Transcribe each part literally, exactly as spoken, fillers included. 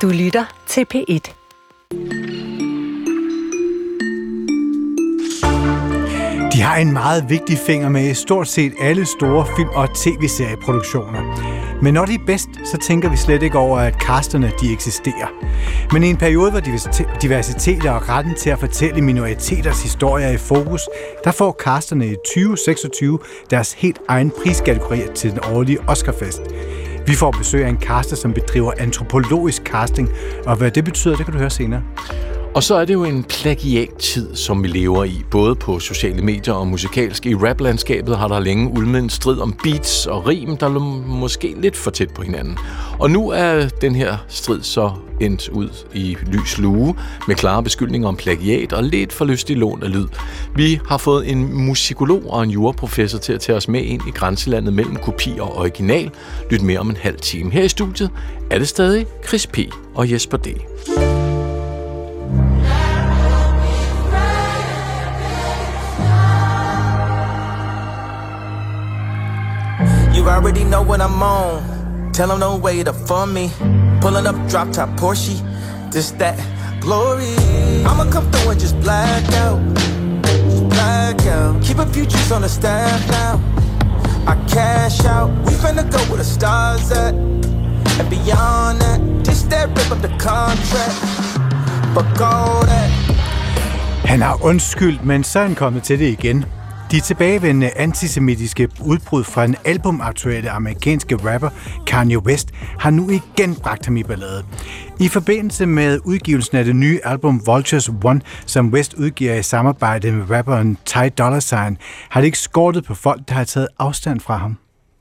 Du lytter til P et. De har en meget vigtig finger med i stort set alle store film- og tv-serieproduktioner. Men når de er bedst, så tænker vi slet ikke over, at casterne de eksisterer. Men i en periode, hvor diversitet og retten til at fortælle minoriteters historier er i fokus, der får casterne i tyve seksogtyve deres helt egen priskategori til den årlige Oscarfest. Vi får besøg af en caster, som bedriver antropologisk casting, og hvad det betyder, det kan du høre senere. Og så er det jo en plagiattid, som vi lever i, både på sociale medier og musikalsk. I raplandskabet har der længe ulmet en strid om beats og rim, der er måske lidt for tæt på hinanden. Og nu er den her strid så endt ud i lys lue, med klare beskyldninger om plagiat og lidt for lystig lån af lyd. Vi har fået en musikolog og en juraprofessor til at tage os med ind i grænselandet mellem kopi og original. Lyt mere om en halv time. Her i studiet er det stadig Chris P. og Jesper D. You already know what I'm on. Tell them no way to fund me. Pulling up drop top Porsche. This that glory. I'ma come through and just black out. Just black out. Keep a few G's on the staff now. I cash out. We finna go where the stars at. And beyond that, this that rip up the contract. Fuck all that. Han har undskyldt, men så er han kommet til det igen. De tilbagevendende antisemitiske udbrud fra den albumaktuelle amerikanske rapper Kanye West har nu igen bragt ham i ballade. I forbindelse med udgivelsen af det nye album Vultures One, som West udgiver i samarbejde med rapperen Ty Dolla Sign, har det ikke skortet på folk, der har taget afstand fra ham.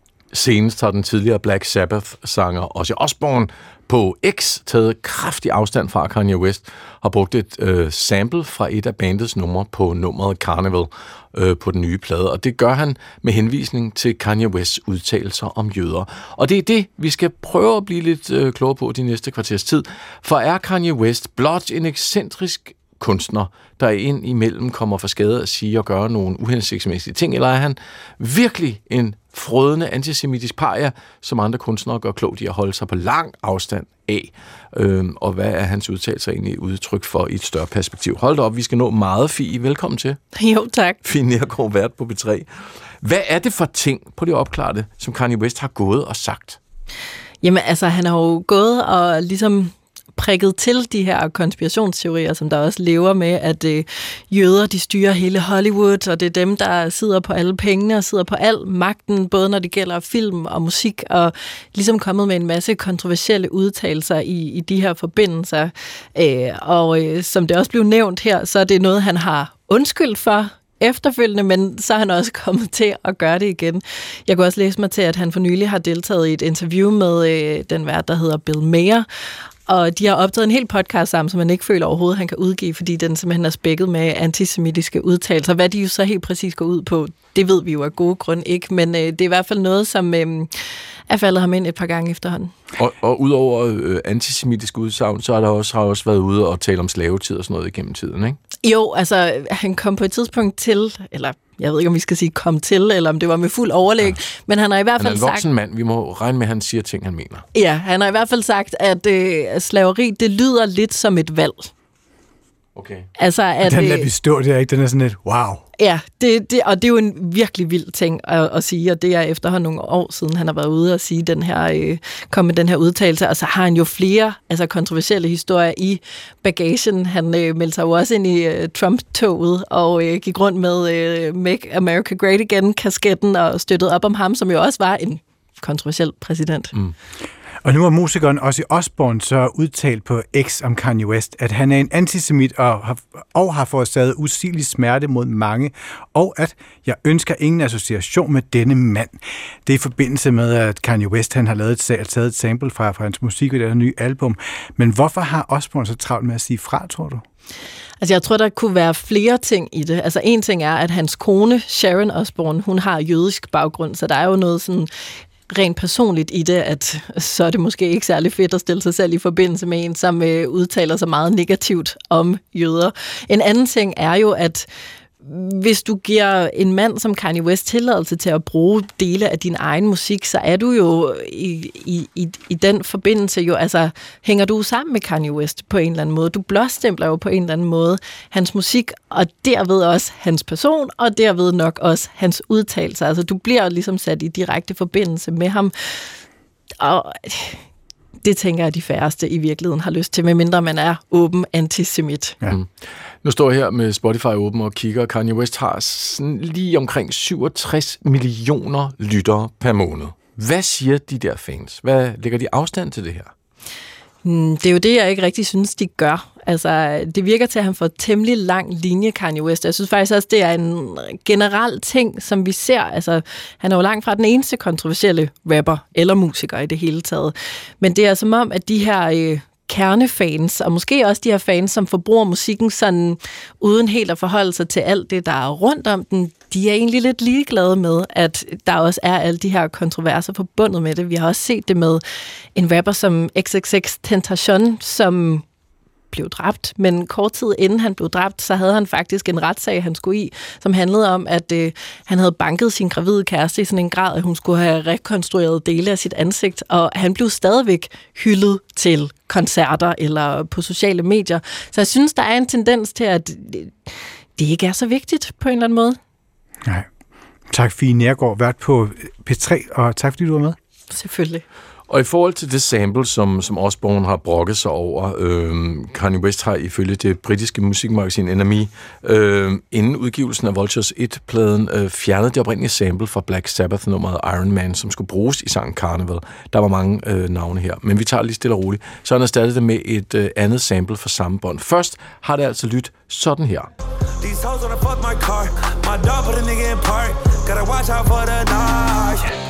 Senest har den tidligere Black Sabbath-sanger Ozzy Osbourne på X taget kraftig afstand fra Kanye West, har brugt et øh, sample fra et af bandets numre på nummeret Carnival øh, på den nye plade, og det gør han med henvisning til Kanye Wests udtalelser om jøder. Og det er det, vi skal prøve at blive lidt øh, klogere på de næste kvarters tid, for er Kanye West blot en ekscentrisk kunstner, der ind imellem kommer for skade at sige og gøre nogle uhensigtsmæssige ting, eller er han virkelig en frødende antisemitisk paria, som andre kunstnere gør klogt i at holde sig på lang afstand af? Øhm, og hvad er hans udtalelser egentlig udtryk for i et større perspektiv? Hold da op, vi skal nå meget, Fie. Velkommen til. Jo, tak. Fie Neergaard, vært på B tre. Hvad er det for ting på det opklarede, som Kanye West har gået og sagt? Jamen, altså, han har jo gået og ligesom prikket til de her konspirationsteorier, som der også lever med, at øh, jøder, de styrer hele Hollywood, og det er dem, der sidder på alle pengene og sidder på al magten, både når det gælder film og musik, og ligesom kommet med en masse kontroversielle udtalelser i, i de her forbindelser. Øh, og øh, som det også blev nævnt her, så er det noget, han har undskyldt for efterfølgende, men så er han også kommet til at gøre det igen. Jeg kunne også læse mig til, at han for nylig har deltaget i et interview med øh, den vært, der hedder Bill Maher, og de har optaget en hel podcast sammen, som man ikke føler overhovedet, han kan udgive, fordi den simpelthen er spækket med antisemitiske udtalelser. Hvad de jo så helt præcis går ud på, det ved vi jo af gode grunde ikke, men øh, det er i hvert fald noget, som øh, er faldet ham ind et par gange efterhånden. Og, og udover øh, antisemitiske udsagn, så har der også, har også været ude og tale om slavetid og sådan noget igennem tiden, ikke? Jo, altså han kom på et tidspunkt til, eller jeg ved ikke, om vi skal sige kom til, eller om det var med fuld overlæg, ja. Men han har i hvert fald sagt... Han er en voksen sagt, mand, vi må regne med, at han siger ting, han mener. Ja, han har i hvert fald sagt, at øh, slaveri, det lyder lidt som et valg. Okay. Altså, at, den lader vi stå der, ikke? Den er sådan lidt, wow. Ja, det, det, og det er jo en virkelig vild ting at, at sige, og det er efterhånden nogle år siden, han har været ude og sige den her, øh, komme med den her udtalelse, og så har han jo flere altså kontroversielle historier i bagagen. Han øh, meldte sig jo også ind i øh, Trump-toget og øh, gik rundt med øh, Make America Great Again-kasketten og støttede op om ham, som jo også var en kontroversiel præsident. Mm. Og nu har musikeren Ozzy Osbourne så udtalt på X om Kanye West, at han er en antisemit og har, og har forårsaget usigelig smerte mod mange, og at jeg ønsker ingen association med denne mand. Det er i forbindelse med, at Kanye West han har lavet et, taget et sample fra, fra hans musik i det her nye album. Men hvorfor har Osbourne så travlt med at sige fra, tror du? Altså, jeg tror, der kunne være flere ting i det. Altså, en ting er, at hans kone, Sharon Osbourne, hun har jødisk baggrund, så der er jo noget sådan rent personligt i det, at så er det måske ikke særlig fedt at stille sig selv i forbindelse med en, som øh, udtaler sig meget negativt om jøder. En anden ting er jo, at hvis du giver en mand som Kanye West tilladelse til at bruge dele af din egen musik, så er du jo i, i, i, i den forbindelse jo, altså hænger du sammen med Kanye West på en eller anden måde. Du blåstempler jo på en eller anden måde hans musik, og derved også hans person, og derved nok også hans udtalelser. Altså du bliver ligesom sat i direkte forbindelse med ham, og det tænker jeg, at de færreste i virkeligheden har lyst til, medmindre man er åben antisemit. Ja. Mm. Nu står jeg her med Spotify åben og kigger. Kanye West har sådan lige omkring syvogtres millioner lyttere per måned. Hvad siger de der fans? Hvad lægger de afstand til det her? Det er jo det, jeg ikke rigtig synes, de gør. Altså, det virker til, at han får temmelig lang linje, Kanye West. Jeg synes faktisk også, det er en generel ting, som vi ser. Altså, han er jo langt fra den eneste kontroversielle rapper eller musiker i det hele taget. Men det er som om, at de her øh, kernefans, og måske også de her fans, som forbruger musikken sådan, uden helt at forholde sig til alt det, der er rundt om den, de er egentlig lidt ligeglade med, at der også er alle de her kontroverser forbundet med det. Vi har også set det med en rapper som X X X Tentacion, som blev dræbt, men kort tid inden han blev dræbt, så havde han faktisk en retssag, han skulle i, som handlede om, at øh, han havde banket sin gravide kæreste i sådan en grad, at hun skulle have rekonstrueret dele af sit ansigt, og han blev stadigvæk hyldet til koncerter eller på sociale medier. Så jeg synes, der er en tendens til, at det ikke er så vigtigt på en eller anden måde. Nej. Tak, Fie Nærgaard, vært på P tre, og tak fordi du var med. Selvfølgelig. Og i forhold til det sample, som, som Osbourne har brokket sig over, øh, Kanye West har ifølge det britiske musikmagasin N M E, øh, inden udgivelsen af Vultures et-pladen, øh, fjernet det oprindelige sample fra Black Sabbath-nummeret Iron Man, som skulle bruges i sangen Carnival. Der var mange øh, navne her, men vi tager lige stille og roligt. Så han erstattet det med et øh, andet sample fra samme bånd. Først har det altså lyttet sådan her. These hoes wanna fuck my car. My dog put a nigga in park. Gotta watch out for the knife.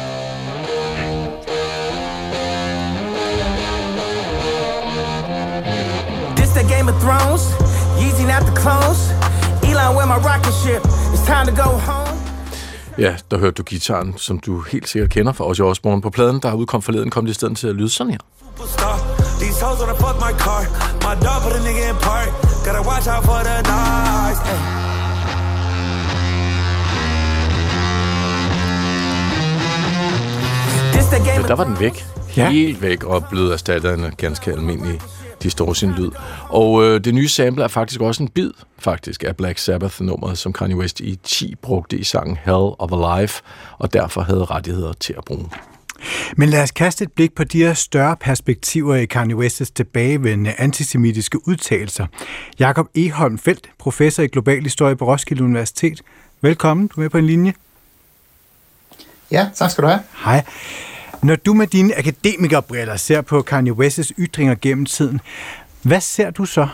The Game of Thrones, Yeezy not the clones. Elon with my rocket ship. It's time to go home. Ja, der hørte du gitaren, som du helt sikkert kender fra Ozzy Osbourne. På pladen, der udkom forleden, kom det i stedet til at lyde sådan her. These hoes wanna fuck my car. My dog put a nigga in park. Gotta watch out for the knives. Ja, der var den væk. Ja. Helt væk og blevet erstattet af en ganske almindelig distortion-lyd. Og øh, det nye sample er faktisk også en bid faktisk af Black Sabbath-nummeret, som Kanye West i ti brugte i sangen Hell of a Life, og derfor havde rettigheder til at bruge. Men lad os kaste et blik på de her større perspektiver i Kanye Wests tilbagevendende antisemitiske udtalelser. Jakob Egholm Feldt, professor i global historie på Roskilde Universitet. Velkommen, du er med på en linje. Ja, tak skal du have. Hej. Når du med dine akademikerbriller ser på Kanye Wests ytringer gennem tiden, hvad ser du så?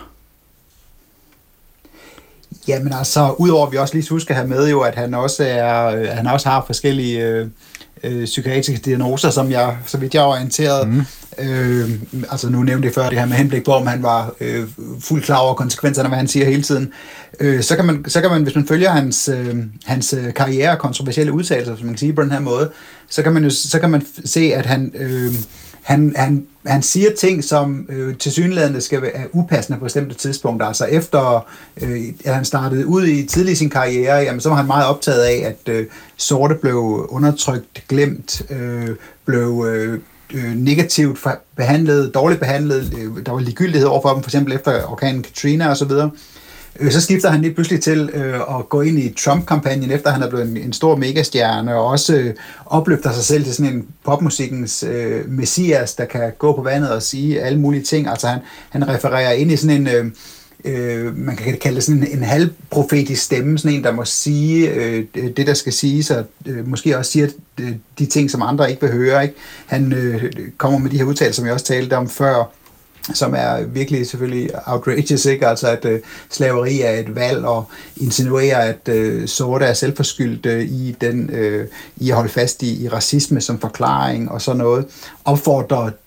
Jamen altså, udover at vi også lige husker at have med jo, at han også, er, han også har forskellige øh, øh, psykiatriske diagnoser, som jeg, så vidt jeg er orienteret. Mm. Øh, altså nu nævnte jeg før det her med henblik på, om han var øh, fuldt klar over konsekvenserne, hvad han siger hele tiden. Øh, så, kan man, så kan man, hvis man følger hans, øh, hans karriere og kontroversielle udtalelser, som man kan sige på den her måde, så kan man jo så kan man se, at han, øh, han, han, han siger ting, som øh, tilsyneladende skal være upassende på bestemte tidspunkter. Altså efter øh, at han startede ud i tidlig i sin karriere, jamen, så var han meget optaget af, at øh, sorte blev undertrykt, glemt, øh, blev øh, øh, negativt behandlet, dårligt behandlet. Øh, der var ligegyldighed overfor dem, for eksempel efter orkanen Katrina osv. Så skifter han lige pludselig til øh, at gå ind i Trump-kampagnen, efter han er blevet en, en stor megastjerne, og også øh, opløfter sig selv til sådan en popmusikkens øh, messias, der kan gå på vandet og sige alle mulige ting. Altså han, han refererer ind i sådan en, øh, øh, man kan kalde det sådan en, en halvprofetisk stemme, sådan en, der må sige øh, det, der skal siges, og øh, måske også siger de, de ting, som andre ikke vil høre. Ikke? Han øh, kommer med de her udtalelser, som jeg også talte om før, som er virkelig selvfølgelig outrageous, ikke? Altså at øh, slaveri er et valg, og insinuerer, at øh, sorte er selvforskyldt øh, i, den, øh, i at holde fast i, i racisme som forklaring og sådan noget. Opfordrer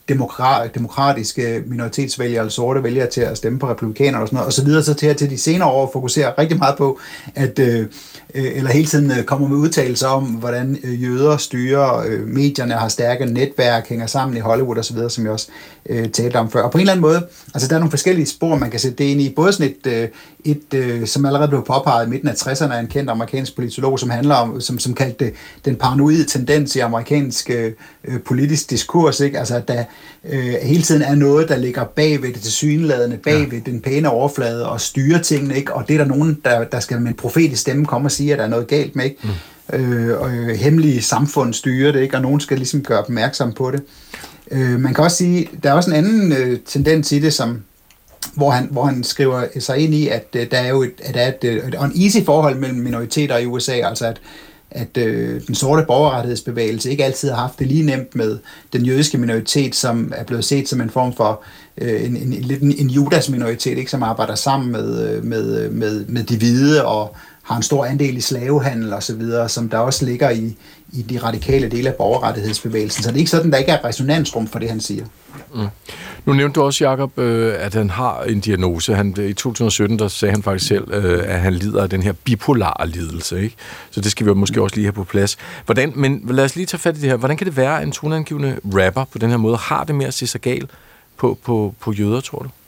demokra- demokratiske minoritetsvælgere eller sorte vælgere til at stemme på republikanere og sådan noget, og så videre så til, til de senere år fokuserer rigtig meget på, at øh, eller hele tiden kommer med udtalelser om, hvordan øh, jøder styrer øh, medierne, har stærke netværk, hænger sammen i Hollywood og så videre, som jeg også øh, talte om før. Og på en eller anden måde, altså der er nogle forskellige spor, man kan sætte det ind i. Både sådan et, øh, et øh, som allerede blev påpeget i midten af tresserne af en kendt amerikansk politolog, som handler om, som, som kaldte det den paranoide tendens i amerikansk øh, politisk diskurs, ikke? Altså at der øh, hele tiden er noget, der ligger bag ved det tilsyneladende, bag ved den pæne overflade og styrer tingene, ikke? Og det er der nogen, der, der skal med en profetisk stemme komme og sige, at der er noget galt med, ikke? Mm. Øh, og øh, hemmelige samfund styrer det, ikke? Og nogen skal ligesom gøre opmærksom på det. Øh, man kan også sige, der er også en anden øh, tendens i det, som hvor han, hvor han skriver sig ind i, at øh, der er jo et, at der er et, et uneasy forhold mellem minoriteter i U S A, altså at at øh, den sorte borgerrettighedsbevægelse ikke altid har haft det lige nemt med den jødiske minoritet, som er blevet set som en form for øh, en, en, en, en, en Judas-minoritet, ikke, som arbejder sammen med, med, med, med de hvide og har en stor andel i slavehandel og så videre, som der også ligger i, i de radikale dele af borgerrettighedsbevægelsen. Så det er ikke sådan, der ikke er resonansrum for det, han siger. Mm. Nu nævnte du også, Jacob, at han har en diagnose. Han, i to tusind og sytten, der sagde han faktisk selv, at han lider af den her bipolare lidelse, ikke? Så det skal vi måske også lige have på plads. Hvordan, men lad os lige tage fat i det her. Hvordan kan det være, at en toneangivende rapper på den her måde har det med at se sig galt på, på, på jøder, tror du?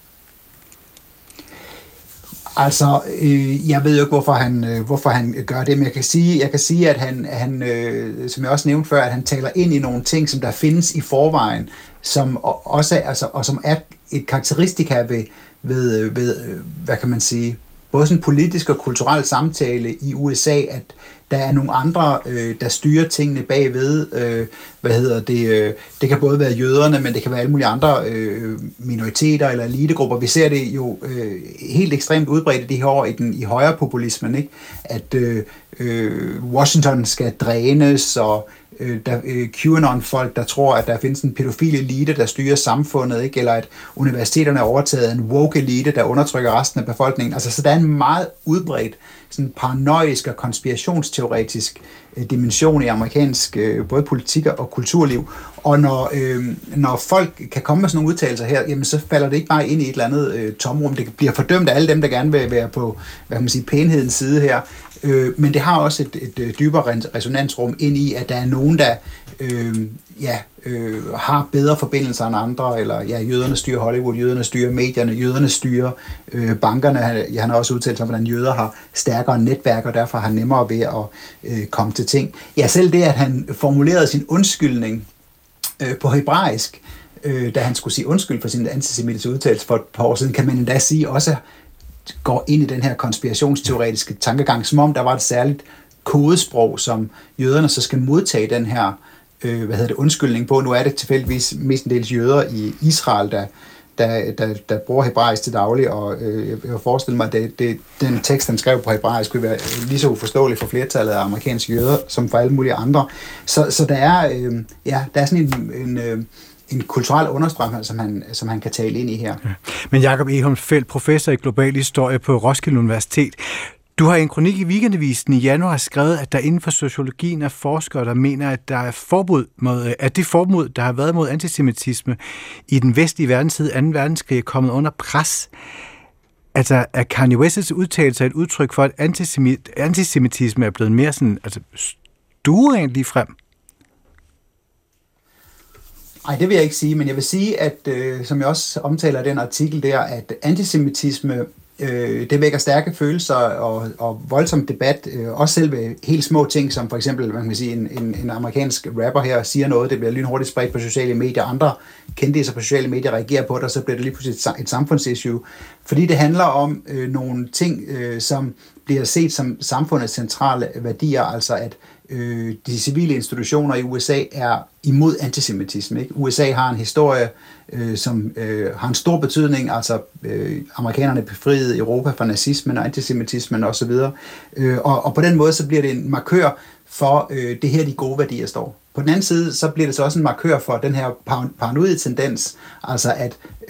Altså, øh, jeg ved jo ikke, hvorfor han, øh, hvorfor han gør det, men jeg kan sige, jeg kan sige at han, han øh, som jeg også nævnte før, at han taler ind i nogle ting, som der findes i forvejen, som også er, altså, og som er et karakteristika ved, ved, ved, hvad kan man sige, både sådan politisk og kulturel samtale i U S A, at der er nogle andre, øh, der styrer tingene bagved. Øh, hvad hedder det? Øh, det kan både være jøderne, men det kan være alle mulige andre øh, minoriteter eller elitegrupper. Vi ser det jo øh, helt ekstremt udbredt i de her år i, den, i højrepopulismen, ikke? At øh, øh, Washington skal drænes, og øh, der, øh, QAnon-folk, der tror, at der findes en pædofil elite, der styrer samfundet, ikke? Eller at universiteterne er overtaget af en woke elite, der undertrykker resten af befolkningen. Altså, så der er en meget udbredt sådan paranoisk og konspirationsteoretisk øh, dimension i amerikansk øh, både politik og kulturliv. Og når, øh, når folk kan komme med sådan nogle udtalelser her, jamen så falder det ikke bare ind i et eller andet øh, tomrum. Det bliver fordømt af alle dem, der gerne vil være på, hvad kan man sige, pænhedens side her. Øh, men det har også et, et, et dybere resonansrum ind i, at der er nogen, der øh, ja, øh, har bedre forbindelser end andre, eller ja, jøderne styrer Hollywood, jøderne styrer medierne, jøderne styrer øh, bankerne. Han, han har også udtalt sig, hvordan jøder har stærkere netværk, og derfor har nemmere ved at øh, komme til ting. Ja, selv det, at han formulerede sin undskyldning øh, på hebraisk, øh, da han skulle sige undskyld for sin antisemitiske udtalelse for et par år siden, kan man endda sige også går ind i den her konspirationsteoretiske tankegang, som om der var et særligt kodesprog, som jøderne så skal modtage den her øh, hvad hedder det, undskyldning på. Nu er det tilfældigvis mestendels jøder i Israel, der, der, der, der bruger hebraisk til daglig, og øh, jeg vil forestille mig, at det, det, den tekst, han skrev på hebraisk, vil være lige så uforståelig for flertallet af amerikanske jøder, som for alle mulige andre. Så, så der er øh, ja, der er sådan en, en øh, en kulturel understrøm, som han, som han kan tale ind i her. Ja. Men Jacob Egholm Feldt, professor i global historie på Roskilde Universitet. Du har i en kronik i Weekendavisen i januar skrevet, at der inden for sociologien er forskere, der mener, at der er forbud mod, at det forbud, der har været mod antisemitisme i den vestlige verden siden anden verdenskrig, er kommet under pres. Altså, er Kanye Wests udtalelse et udtryk for, at antisemit, antisemitisme er blevet mere sådan, altså, stuerent lige frem? Nej, det vil jeg ikke sige, men jeg vil sige, at øh, som jeg også omtaler i den artikel der, at antisemitisme, øh, det vækker stærke følelser og, og voldsom debat, øh, også selv ved helt små ting, som for eksempel, man kan sige, en, en, en amerikansk rapper her siger noget, det bliver lynhurtigt spredt på sociale medier, andre kendte sig på sociale medier reagerer på det, og så bliver det lige pludselig et, et samfundsissue, fordi det handler om øh, nogle ting, øh, som bliver set som samfundets centrale værdier, altså at øh, de civile institutioner i U S A er imod antisemitisme. Ikke? U S A har en historie, øh, som øh, har en stor betydning, altså øh, amerikanerne befriede Europa fra nazismen og antisemitismen osv., øh, og, og på den måde så bliver det en markør for øh, det her, de gode værdier står. På den anden side, så bliver det så også en markør for den her paranoide tendens, altså at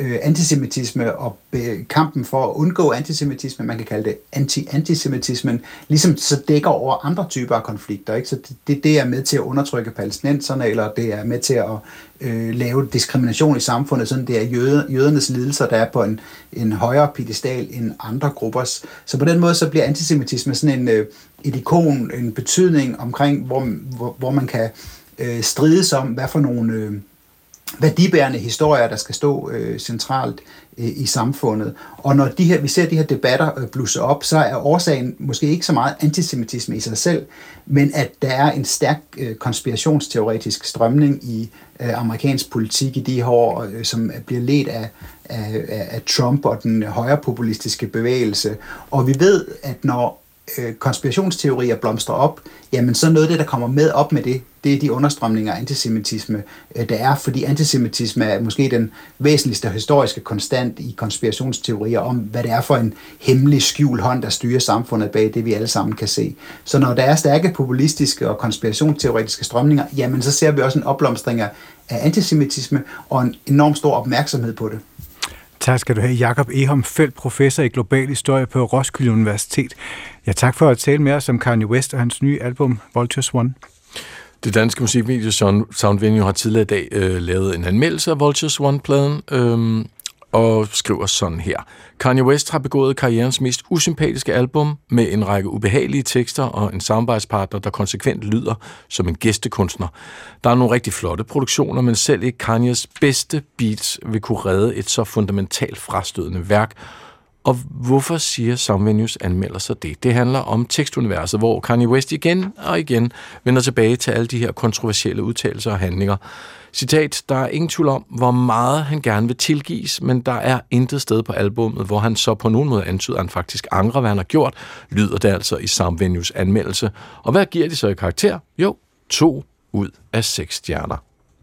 øh, antisemitisme og be- kampen for at undgå antisemitisme, man kan kalde det anti-antisemitismen, ligesom så dækker over andre typer af konflikter. Ikke? Så det, det er med til at undertrykke palæstinenserne, eller det er med til at øh, lave diskrimination i samfundet, sådan det er jøde, jødernes lidelser, der er på en, en højere pedestal end andre gruppers. Så på den måde så bliver antisemitisme sådan en, øh, et ikon, en betydning omkring, hvor, hvor, hvor man kan øh, strides om, hvad for nogle øh, værdibærende historier, der skal stå øh, centralt øh, i samfundet. Og når de her, vi ser de her debatter øh, blusse op, så er årsagen måske ikke så meget antisemitisme i sig selv, men at der er en stærk øh, konspirationsteoretisk strømning i øh, amerikansk politik i de her år, øh, som bliver ledt af, af, af Trump og den højrepopulistiske bevægelse. Og vi ved, at når øh, konspirationsteorier blomstrer op, jamen så noget af det, der kommer med op med det, det er de understrømninger af antisemitisme, der er, fordi antisemitisme er måske den væsentligste historiske konstant i konspirationsteorier om, hvad det er for en hemmelig skjult hånd, der styrer samfundet bag det, vi alle sammen kan se. Så når der er stærke populistiske og konspirationsteoretiske strømninger, jamen så ser vi også en opblomstring af antisemitisme og en enorm stor opmærksomhed på det. Tak skal du have, Jakob Egholm Feldt, professor i global historie på Roskilde Universitet. Ja, tak for at tale med os om Kanye West og hans nye album, Vultures One. Det danske musikvideo Sound Venue har tidligere i dag øh, lavet en anmeldelse af Vultures One-pladen, øh, og skriver sådan her. Kanye West har begået karrierens mest usympatiske album med en række ubehagelige tekster og en samarbejdspartner, der konsekvent lyder som en gæstekunstner. Der er nogle rigtig flotte produktioner, men selv ikke Kanyes bedste beats vil kunne redde et så fundamentalt frastødende værk. Og hvorfor siger Sound Venues anmelder så det? Det handler om tekstuniverset, hvor Kanye West igen og igen vender tilbage til alle de her kontroversielle udtalelser og handlinger. Citat, der er ingen tvivl om, hvor meget han gerne vil tilgives, men der er intet sted på albummet, hvor han så på nogen måde antyder, at han faktisk angrer, hvad han har gjort, lyder det altså i Sound Venues anmeldelse. Og hvad giver de så i karakter? Jo, to ud af seks stjerner.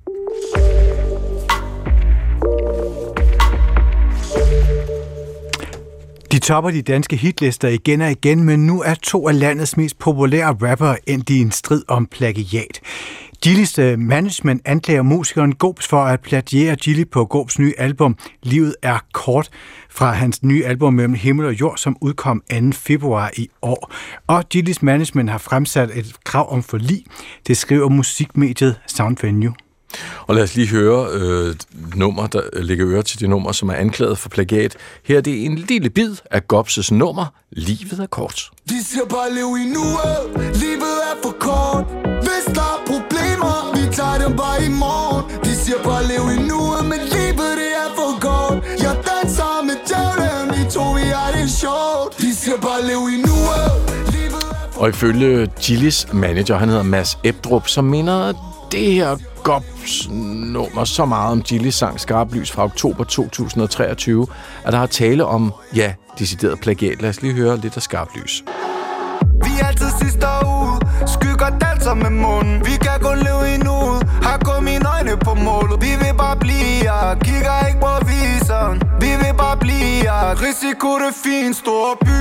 De topper de danske hitlister igen og igen, men nu er to af landets mest populære rappere endt i en strid om plagiat. Gillys management anklager musikeren Gobs for at plagiere Gilly på Gobs nye album Livet er kort fra hans nye album Mellem himmel og jord, som udkom anden februar i år. Og Gillys management har fremsat et krav om forlig. Det skriver musikmediet Sound Venue. Og lad os lige høre øh, nummer, der ligger øre til de numre, som er anklaget for plagiat. Her er det en lille bid af Gobs' nummer, Livet er kort. De siger bare lev i nuet, livet er for kort. Hvis der er problemer, vi tager dem bare i morgen. De siger bare lev i nuet, men livet det er for kort. Jeg danser med djævlen, vi to vi er det sjovt. De siger bare lev i nuet, livet er for. Og ifølge Gillys manager, han hedder Mads Ebdrup, som mener, det her Gobs nummer så meget om Gillys sang Skarp Lys fra oktober to tusind og treogtyve, at der har tale om, ja, decideret plagiat. Lad os lige høre lidt af Skarp Lys. Vi er altid sidst derude, skygger danser med munden. Vi kan kun leve i nuet, har kun mine øjne på målet. Vi vil bare blive her, kigger ikke på viseren. Vi vil bare blive her, risiko det fin, stor by,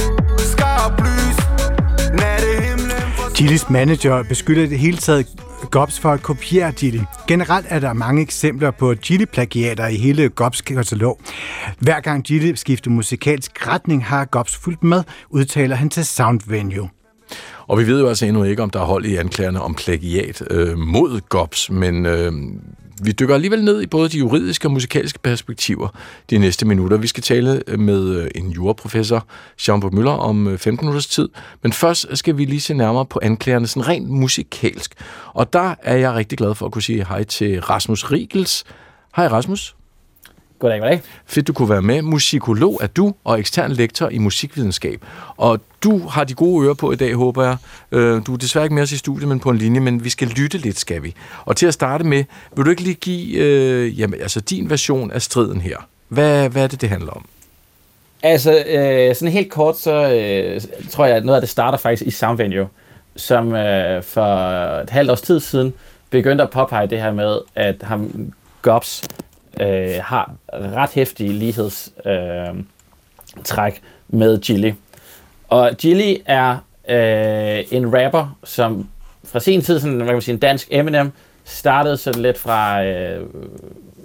skarp lys, nattehimlen for... Gillys manager beskylder det hele taget Gobs for at kopiere Gilly. Generelt er der mange eksempler på Gilly-plagiater i hele Gobs katalog. Hver gang Gilly skifter musikalsk retning, har Gobs fulgt med, udtaler han til Sound Venue. Og vi ved jo altså endnu ikke, om der er hold i anklagerne om plagiat øh, mod Gobs, men øh, vi dykker alligevel ned i både de juridiske og musikalske perspektiver de næste minutter. Vi skal tale med en juraprofessor, Jean Paul Møller, om femten minutters tid. Men først skal vi lige se nærmere på anklagerne sådan rent musikalsk. Og der er jeg rigtig glad for at kunne sige hej til Rasmus Riegels. Hej Rasmus. Goddag, goddag. Fedt, du kunne være med. Musikolog er du, og ekstern lektor i musikvidenskab. Og du har de gode ører på i dag, håber jeg. Du er desværre ikke med os i studiet, men på en linje, men vi skal lytte lidt, skal vi. Og til at starte med, vil du ikke lige give øh, jamen, altså din version af striden her? Hvad, hvad er det, det handler om? Altså, øh, sådan helt kort, så øh, tror jeg, at noget af det starter faktisk i Sound Venue, som øh, for et halvt års tid siden begyndte at påpege det her med, at ham Gobs øh, har ret hæftige lighedstræk øh, med Gilly. Og Gilly er øh, en rapper, som fra sin tid, sådan, hvad kan man sige, en dansk Eminem, startede sådan lidt fra øh,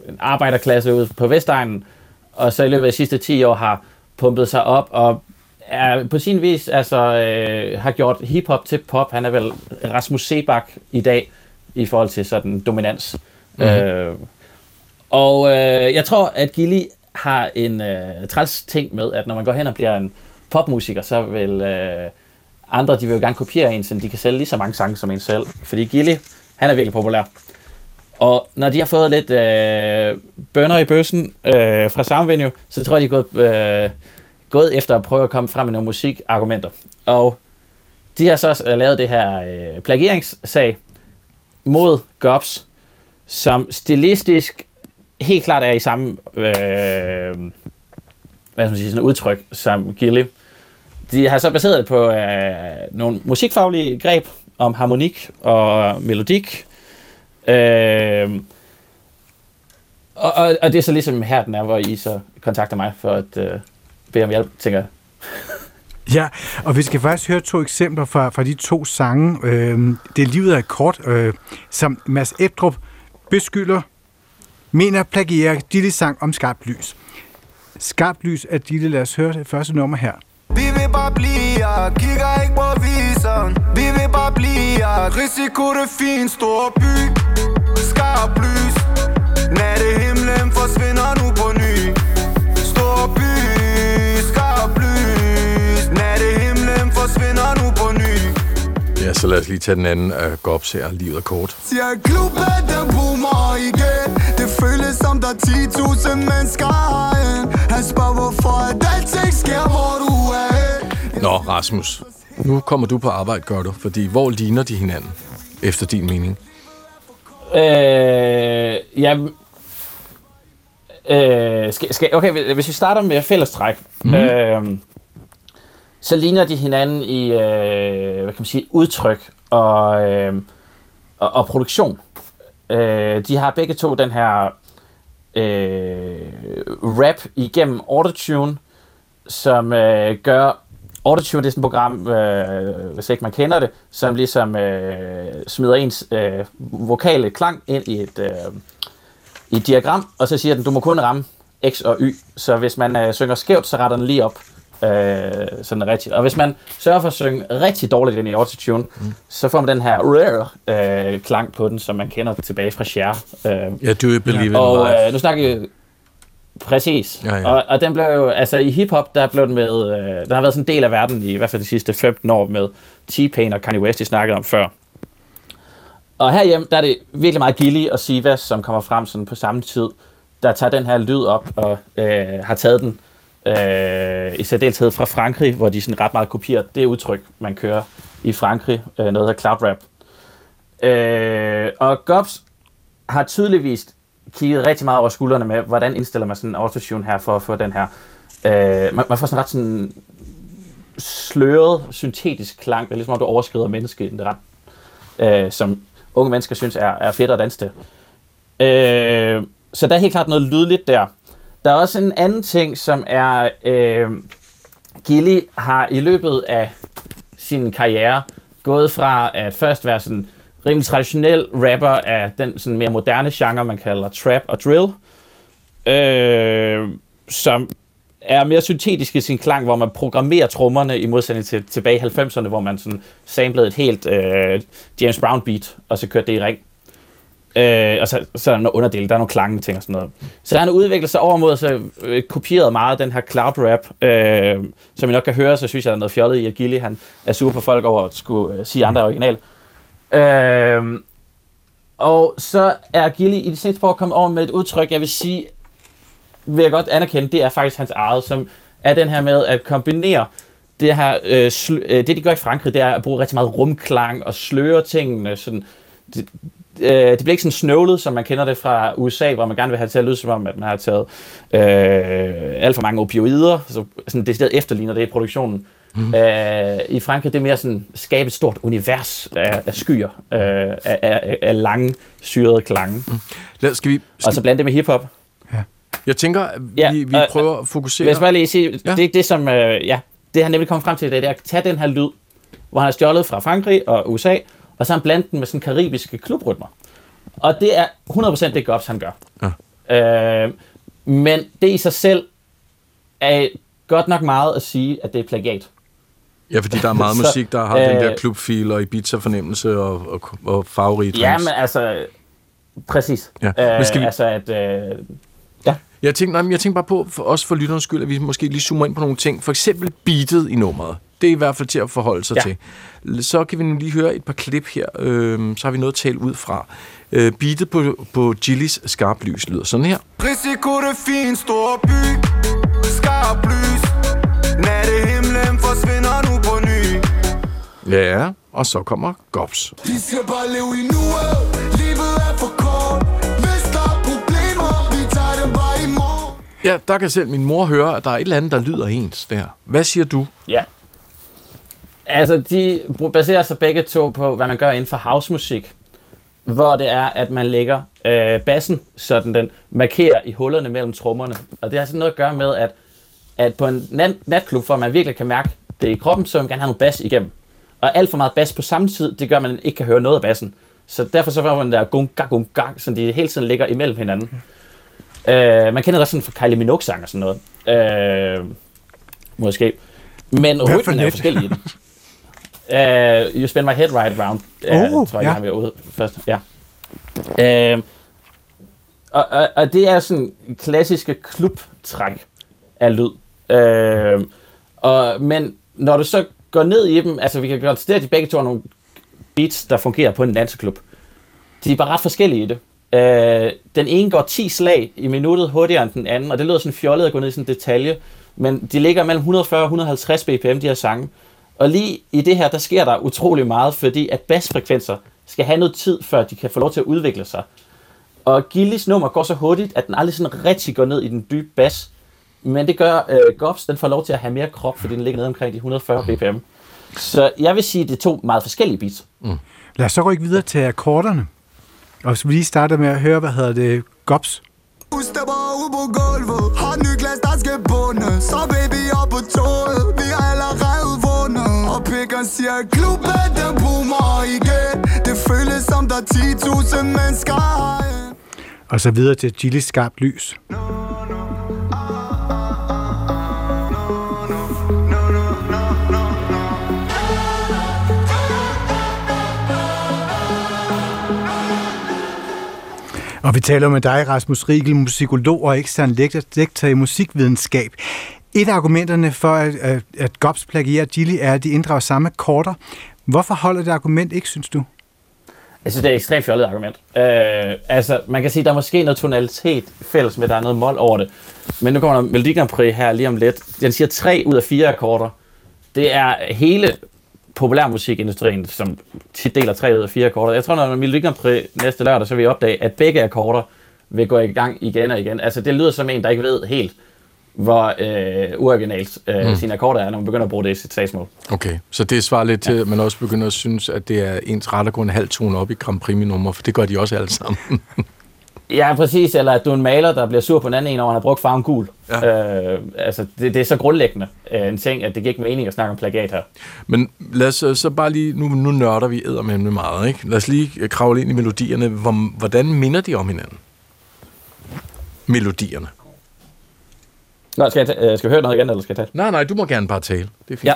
en arbejderklasse ude på Vestegnen, og så i løbet af de sidste ti år har pumpet sig op, og er på sin vis altså, øh, har gjort hiphop til pop. Han er vel Rasmus Seebach i dag, i forhold til sådan dominans. Mm. Øh, og øh, jeg tror, at Gilly har en øh, træls ting med, at når man går hen og bliver en popmusiker, så vil øh, andre, de vil jo gerne kopiere en, så de kan sælge lige så mange sange som en selv. Fordi Gilly, han er virkelig populær. Og når de har fået lidt øh, bønner i bøssen øh, fra Soundvenue, så tror jeg, de er gået, øh, gået efter at prøve at komme frem med nogle musikargumenter. Og de har så øh, lavet det her øh, plagieringssag mod Gobs, som stilistisk helt klart er i samme øh, hvad skal man sige, sådan udtryk som Gilly. De har så baseret på øh, nogle musikfaglige greb om harmonik og melodik. Øh, og, og, og det er så ligesom her den er, hvor I så kontakter mig for at øh, bede om hjælp, tænker jeg. Ja, og vi skal faktisk høre to eksempler fra, fra de to sange. Øh, det er Livet er kort, øh, som Mads Ebdrup beskylder, mener plagiere Dille sang om Skarpt Lys. Skarpt Lys af Dille, lad os høre det første nummer her. Vi vil bare blive, kigger ikke på viseren. Vi vil bare blive, risiko det fin stor by. Skarpt lys, nattehimlen forsvinder nu på ny. Stor by, skarpt lys, nattehimlen forsvinder nu på ny. Ja, så lad os lige tage den anden uh, Gobs her, Livet er kort. Siger klubben, den boomer igen. Det føles som der ti tusind mennesker herinde. Han spørger hvorfor at alting sker, hvor du er. Nå, Rasmus, nu kommer du på arbejde, gør du, fordi hvor ligner de hinanden, efter din mening? Øh, ja, øh, skal, skal, okay, hvis vi starter med fællestræk, mm. øh, så ligner de hinanden i, øh, hvad kan man sige, udtryk og, øh, og, og produktion. Øh, de har begge to den her øh, rap igennem autotune, som øh, gør autotune, det er sådan et program, øh, hvis ikke man kender det, som ligesom øh, smider ens øh, vokale klang ind i et, øh, i et diagram, og så siger den, du må kun ramme X og Y. Så hvis man øh, synger skævt, så retter den lige op. Øh, sådan rigtigt. Og hvis man sørger for at synge rigtig dårligt ind i autotune, mm. så får man den her rare øh, klang på den, som man kender tilbage fra Cher. Øh, ja, do you believe in og life? øh, nu snakker vi præcis. Ja, ja. Og, og den blev jo, altså i hiphop, der blev den med, øh, der har været sådan en del af verden i, i hvert fald de sidste femten år med T-Pain og Kanye West, de snakkede om før. Og herhjemme, der er det virkelig meget Gilly og Siva, som kommer frem sådan på samme tid, der tager den her lyd op og øh, har taget den øh, i særdeleshed fra Frankrig, hvor de sådan ret meget kopierer det udtryk, man kører i Frankrig, øh, noget der cloud rap. Øh, og Gobs har tydeligvis kigget rigtig meget over skuldrene med, hvordan indstiller man sådan en autotune her for at få den her, øh, man, man får sådan ret sådan sløret, syntetisk klang, det er ligesom om du overskrider mennesket i den ret, øh, som unge mennesker synes er, er fedt at danse til. Øh, så der er helt klart noget lydligt der. Der er også en anden ting, som er, øh, Gilly har i løbet af sin karriere gået fra at først være sådan rimelig traditionel rapper af den sådan mere moderne genre, man kalder trap og drill, øh, som er mere syntetisk i sin klang, hvor man programmerer trommerne i modsætning til tilbage i halvfemserne, hvor man sådan samplede et helt øh, James Brown beat, og så kørte det i ring. Øh, og så, så er der noget underdel, der er nogle klange ting og sådan noget. Så der er en udviklet sig over mod, så øh, kopieret meget den her cloud rap, øh, som I nok kan høre, så synes jeg, der er noget fjollet i, at Gilly, han er super på folk over at skulle øh, sige andre original. Øh, og så er Gilly i de seneste år kommet over med et udtryk, jeg vil sige, vil jeg godt anerkende, det er faktisk hans eget, som er den her med at kombinere det her, øh, sl- øh, det de gør i Frankrig, det er at bruge rigtig meget rumklang og sløre tingene, sådan, det, øh, det bliver ikke sådan snøvlet, som man kender det fra U S A, hvor man gerne vil have det til at lyde som om, at man har taget øh, alt for mange opioider, så sådan det stedet efterligner det i produktionen. Mm. Øh, I Frankrig, det er mere sådan skabe et stort univers af, af skyer, øh, af, af, af lange, syrede klange. Mm. Lad, skal vi, skal... Og så blande det med hiphop. Jeg tænker, at vi, ja, vi prøver at fokusere... Hvis jeg lige sige, ja. det, det som, øh, ja, det han nemlig kommer frem til, det er at tage den her lyd, hvor han har stjålet fra Frankrig og U S A, og så han blandet den med sådan karibiske klubrytmer. Og det er hundrede procent det Gobs, han gør. Øh, men det i sig selv er godt nok meget at sige, at det er plagiat. Ja, fordi der er meget så, musik, der har øh, den der klubfil og Ibiza-fornemmelse og, og, og farverige. Ja, men altså... Præcis. Ja. Men skal vi... Altså, at... Øh, ja. Jeg tænker, nej, jeg tænker bare på, for, også for lytterens skyld, at vi måske lige zoomer ind på nogle ting. For eksempel beatet i nummeret. Det er i hvert fald til at forholde sig ja. til. Så kan vi nu lige høre et par klip her. Øh, så har vi noget at tale ud fra. Øh, beatet på, på Gillies Skarp Lys lyder sådan her. Risiko det fin stor by. Skarp lys. Nattehimlen forsvinder nu på ny. Ja, og så kommer Gops. De skal bare leve i nuet. Livet er for kort. Hvis der er problemer, vi tager dem bare i morgen. Ja, der kan selv min mor høre, at der er et eller andet, der lyder ens der. Hvad siger du? Ja. Altså, de baserer sig begge to på, hvad man gør inden for housemusik. Hvor det er, at man lægger øh, bassen, så den markerer i hullerne mellem trommerne. Og det har sådan noget at gøre med, at, at på en nat- natklub, hvor man virkelig kan mærke det i kroppen, så man gerne have noget bas igennem. Og alt for meget bas på samme tid, det gør, at man ikke kan høre noget af bassen. Så derfor så får man der gung, gang, gung, gang, så de hele tiden ligger imellem hinanden. Mm. Øh, man kender det også sådan fra Kylie Minogue-sang og sådan noget. Øh, måske. Men rytmen er jo forskellige i den. Uh, you Spin My Head Right Round, uh, oh, tror jeg, ja. jeg har været ude først. Ja. Uh, og, og, og det er sådan klassiske klubtræk af lyd. Uh, og, men når du så går ned i dem, altså vi kan konstatere, at de begge to har nogle beats, der fungerer på en danseklub. De er bare ret forskellige i det. Uh, den ene går ti slag i minuttet hurtigere end den anden, og det lyder sådan fjollet at gå ned i sådan en detalje, men de ligger mellem et hundrede og fyrre og et hundrede og halvtreds B P M, de her sange. Og lige i det her, der sker der utrolig meget, fordi at bassfrekvenser skal have noget tid, før de kan få lov til at udvikle sig. Og Gillies nummer går så hurtigt, at den aldrig sådan rigtig går ned i den dybe bass. Men det gør øh, Gops, den får lov til at have mere krop, fordi den ligger nede omkring de et hundrede og fyrre B P M. Så jeg vil sige, at det er to meget forskellige beats. Mm. Lad os så rykke videre til akkorderne. Og så vi lige starter med at høre, hvad hedder det, Gops. Du stepper ud på gulvet, har ny glas, der skal bunde. Så baby op på toget, vi er allerede vundet. Og pikkeren siger, klubben den boomer igen. Det føles som der ti tusind mennesker herinde. Og så videre til Gillies Skarp Lys. No, no. Og vi taler med dig, Rasmus Riegel, musikolog og ekstern lektor i musikvidenskab. Et af argumenterne for, at, at Gops plagierer Gillie, er, at de inddrager samme akkorder. Hvorfor holder det argument ikke, synes du? Jeg synes, det er et ekstremt fjollet argument. Øh, altså, man kan sige, at der er måske noget tonalitet fælles med, at der er noget mol over det. Men nu kommer der Melodi Grand Prix her lige om lidt. Den siger tre ud af fire akkorder. Det er hele populærmusikindustrien, som tit deler tre ud af fire akkorder. Jeg tror, når Melodi Grand Prix næste lørdag, så vil jeg opdage, at begge akkorder vil gå i gang igen og igen. Altså, det lyder som en, der ikke ved helt, hvor øh, uoriginalt øh, mm. sine akkorder er, når man begynder at bruge det i sit sagsmål. Okay, så det svarer lidt til, ja. at man også begynder at synes, at det er ens ret at gå en halv tone op i Grand Prix-nummer, for det gør de også alle sammen. Ja, præcis. Eller at du er en maler, der bliver sur på den anden en, og han har brugt farven gul. Ja. Øh, altså, det, det er så grundlæggende øh, en ting, at det giver ikke mening at snakke om plagiat her. Men lad os så bare lige, nu, nu nørder vi eddermame meget, ikke? Lad os lige kravle ind i melodierne. Hvordan minder de om hinanden? Melodierne. Nå, skal jeg, ta- skal jeg høre noget igen, eller skal jeg tale? Nej, nej, du må gerne bare tale. Det er fint.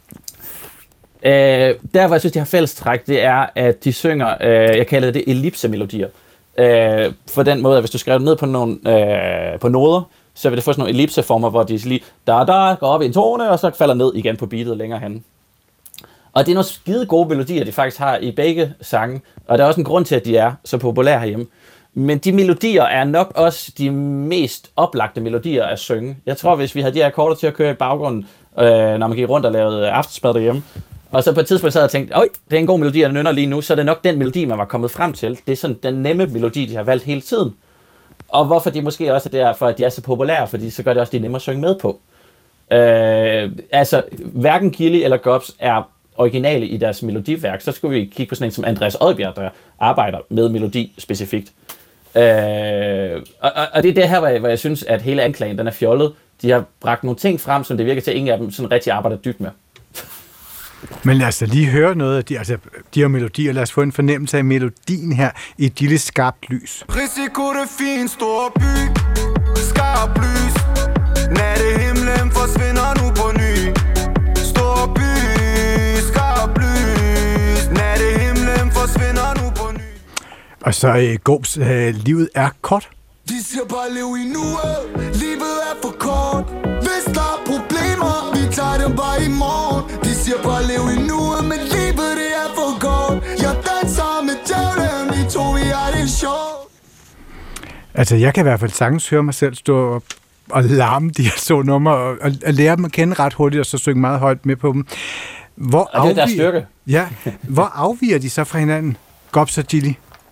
Ja. Øh, der, hvor jeg synes, de har fælles træk, det er, at de synger, øh, jeg kalder det ellipsemelodier. Øh, for den måde, at hvis du skriver ned på nogle øh, på noder, så vil det få sådan nogle ellipseformer, hvor de lige da da går op i en tone, og så falder ned igen på beatet længere hen. Og det er nogle skide gode melodier, de faktisk har i begge sange, og der er også en grund til, at de er så populære herhjemme. Men de melodier er nok også de mest oplagte melodier at synge. Jeg tror, hvis vi havde de her akkorder til at køre i baggrunden, øh, når man gik rundt og lavede aftensmad derhjemme, og så på et tidspunkt sad jeg og tænkte, øj, det er en god melodi, jeg nynner lige nu, så er det nok den melodi, man var kommet frem til. Det er sådan den nemme melodi, de har valgt hele tiden. Og hvorfor de måske også er derfor, at de er så populære, fordi så gør det også, de nemme at synge med på. Øh, altså, hverken Gillie eller Gops er originale i deres melodiværk. Så skulle vi kigge på sådan en som Andreas Odbjerg, der arbejder med melodi specifikt. Øh, og, og det er det her, hvor jeg, hvor jeg synes, at hele anklagen, den er fjollet. De har bragt nogle ting frem, som det virker til, at ingen af dem sådan rigtig arbejder dybt med. Men lad os da lige høre noget af de, altså, de her melodier. Lad os få en fornemmelse af melodien her i et lille skarpt lys. Risiko det fin, stor by, skarpt lys. Nattehimlen forsvinder nu på ny. Stor by, skarpt lys. Nattehimlen forsvinder nu på ny. Og så øh, Gåbs, øh, livet er kort. De siger bare lev i nuet, livet er for kort. Hvis der er problemer, vi tager dem bare i morgen. De siger bare lev i nuet, men livet det er for kort. Jeg danser med djævlen, vi to vi er det sjovt. Altså, jeg kan i hvert fald sagtens høre mig selv stå og, og larme de her to numre, og, og, og lære dem at kende ret hurtigt, og så synge meget højt med på dem. Hvor og det er deres styrke. Ja, hvor afviger de så fra hinanden, Gåbs og Gilly?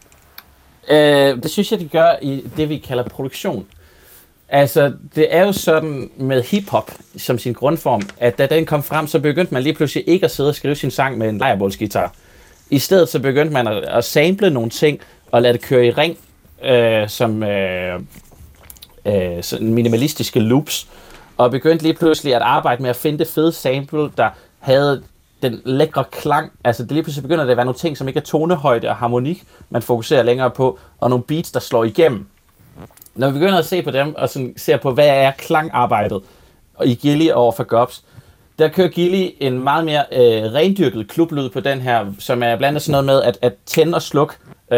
Øh, det synes jeg, de gør i det, vi kalder produktion. Altså, det er jo sådan med hiphop som sin grundform, at da den kom frem, så begyndte man lige pludselig ikke at sidde og skrive sin sang med en lejrbålsguitar. I stedet så begyndte man at, at sample nogle ting og lade det køre i ring, øh, som øh, øh, sådan minimalistiske loops, og begyndte lige pludselig at arbejde med at finde det fede sample, der havde den lækre klang. Altså det lige pludselig begynder det at være nogle ting, som ikke er tonehøjde og harmonik, man fokuserer længere på, og nogle beats, der slår igennem. Når vi begynder at se på dem, og sådan ser på, hvad er klangarbejdet og i Gilly over for Gåbs, der kører Gilly en meget mere øh, rendyrket klublyd på den her, som er blandt andet sådan noget med at, at tænde og slukke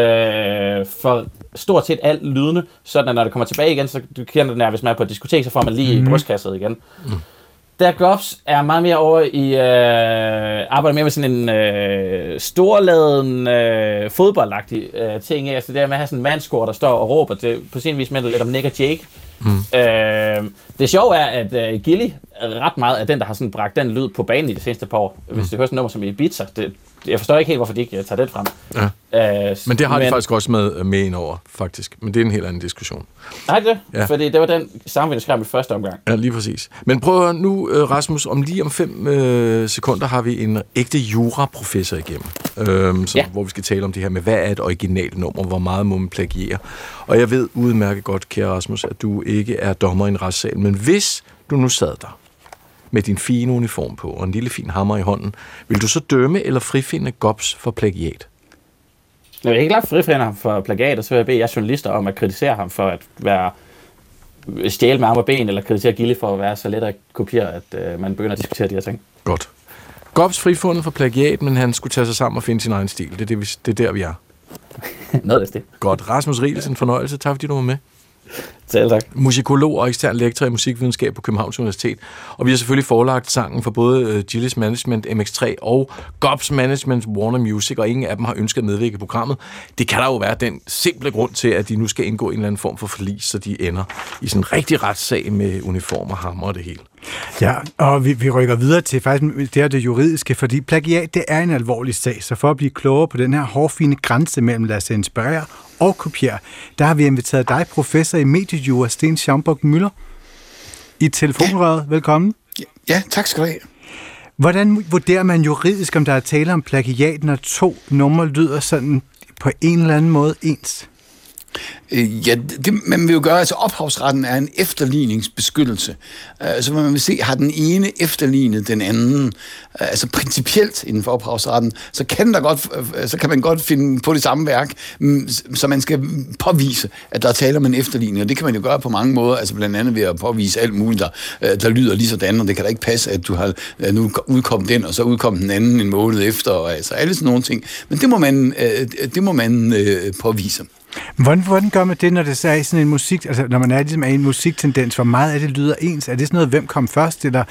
øh, for stort set alt lydende, sådan at når det kommer tilbage igen, så du kender den her, hvis man er på et diskotek, så får man lige mm. i brystkasset igen. Mm. Der Gåbs er meget mere over i, øh, arbejder mere med sådan en øh, storladen, øh, fodboldagtig øh, ting. Altså det der med at have sådan en mandscore, der står og råber, det på sin vis minder lidt om Nick og Jake. Mm. Øh, det sjove er, at øh, Gilly ret meget er den, der har sådan bragt den lyd på banen i det seneste par år. Mm. Hvis du hører sådan nummer som Ibiza, det, jeg forstår ikke helt, hvorfor de ikke tager det frem. Ja. Øh, men det har men, de faktisk også med, med ind over, faktisk. Men det er en helt anden diskussion. Nej, det ja. Fordi det var den samme, vi skrev i første omgang. Ja, lige præcis. Men prøv nu, Rasmus, om lige om fem øh, sekunder har vi en ægte juraprofessor igennem. Øh, så, ja. Hvor vi skal tale om det her med, hvad er et originalt nummer, hvor meget må man plagiere. Og jeg ved udmærket godt, kære Rasmus, at du ikke er dommer i en retssal, men hvis du nu sad der med din fine uniform på og en lille fin hammer i hånden, vil du så dømme eller frifinde Gåbs for plagiat? Jeg vil ikke lade frifinde ham for plagiat, og så vil jeg bede jer journalister om at kritisere ham for at være stjæle med arme og ben, eller kritisere Gilly for at være så let at kopiere, at øh, man begynder at diskutere de her ting. Godt. Gåbs frifundet for plagiat, men han skulle tage sig sammen og finde sin egen stil. Det er, det, vi, det er der, vi er. Noget af det. Godt. Rasmus Riels, en fornøjelse. Tak fordi du var med. Selv tak. Musikolog og ekstern lektor i musikvidenskab på Københavns Universitet. Og vi har selvfølgelig forelagt sangen for både Gillys Management M X tre og Gåbs Management Warner Music, og ingen af dem har ønsket at medvirke i programmet. Det kan der jo være den simple grund til, at de nu skal indgå en eller anden form for forlis, så de ender i sådan en rigtig retssag med uniformer, hammer og det hele. Ja, og vi, vi rykker videre til faktisk det her det juridiske, fordi plagiat, det er en alvorlig sag, så for at blive klogere på den her hårfine grænse mellem lade sig inspirere og kopiere, der har vi inviteret dig, professor i mediejura, Sten Schaumburg Müller, i telefonrøret. Ja. Velkommen. Ja, ja, tak skal du have. Hvordan vurderer man juridisk, om der er tale om plagiat, når to numre lyder sådan på en eller anden måde ens? Ja, det man vil jo gøre, altså ophavsretten er en efterligningsbeskyttelse. Så man vil se, har den ene efterlignet den anden, altså principielt inden for ophavsretten, så kan, der godt, så kan man godt finde på det samme værk, så man skal påvise, at der er tale om en efterligning, og det kan man jo gøre på mange måder, altså blandt andet ved at påvise alt muligt, der, der lyder lige sådan, og det kan da ikke passe, at du har nu udkommet den, og så udkommet den anden en måned efter, og altså alle sådan nogle ting. Men det må man, det må man påvise. Hvordan, hvordan gør man det, når det er i sådan en musik, altså når man er ligesom i en musiktendens, hvor meget af det lyder ens? Er det sådan noget, hvem kom først, eller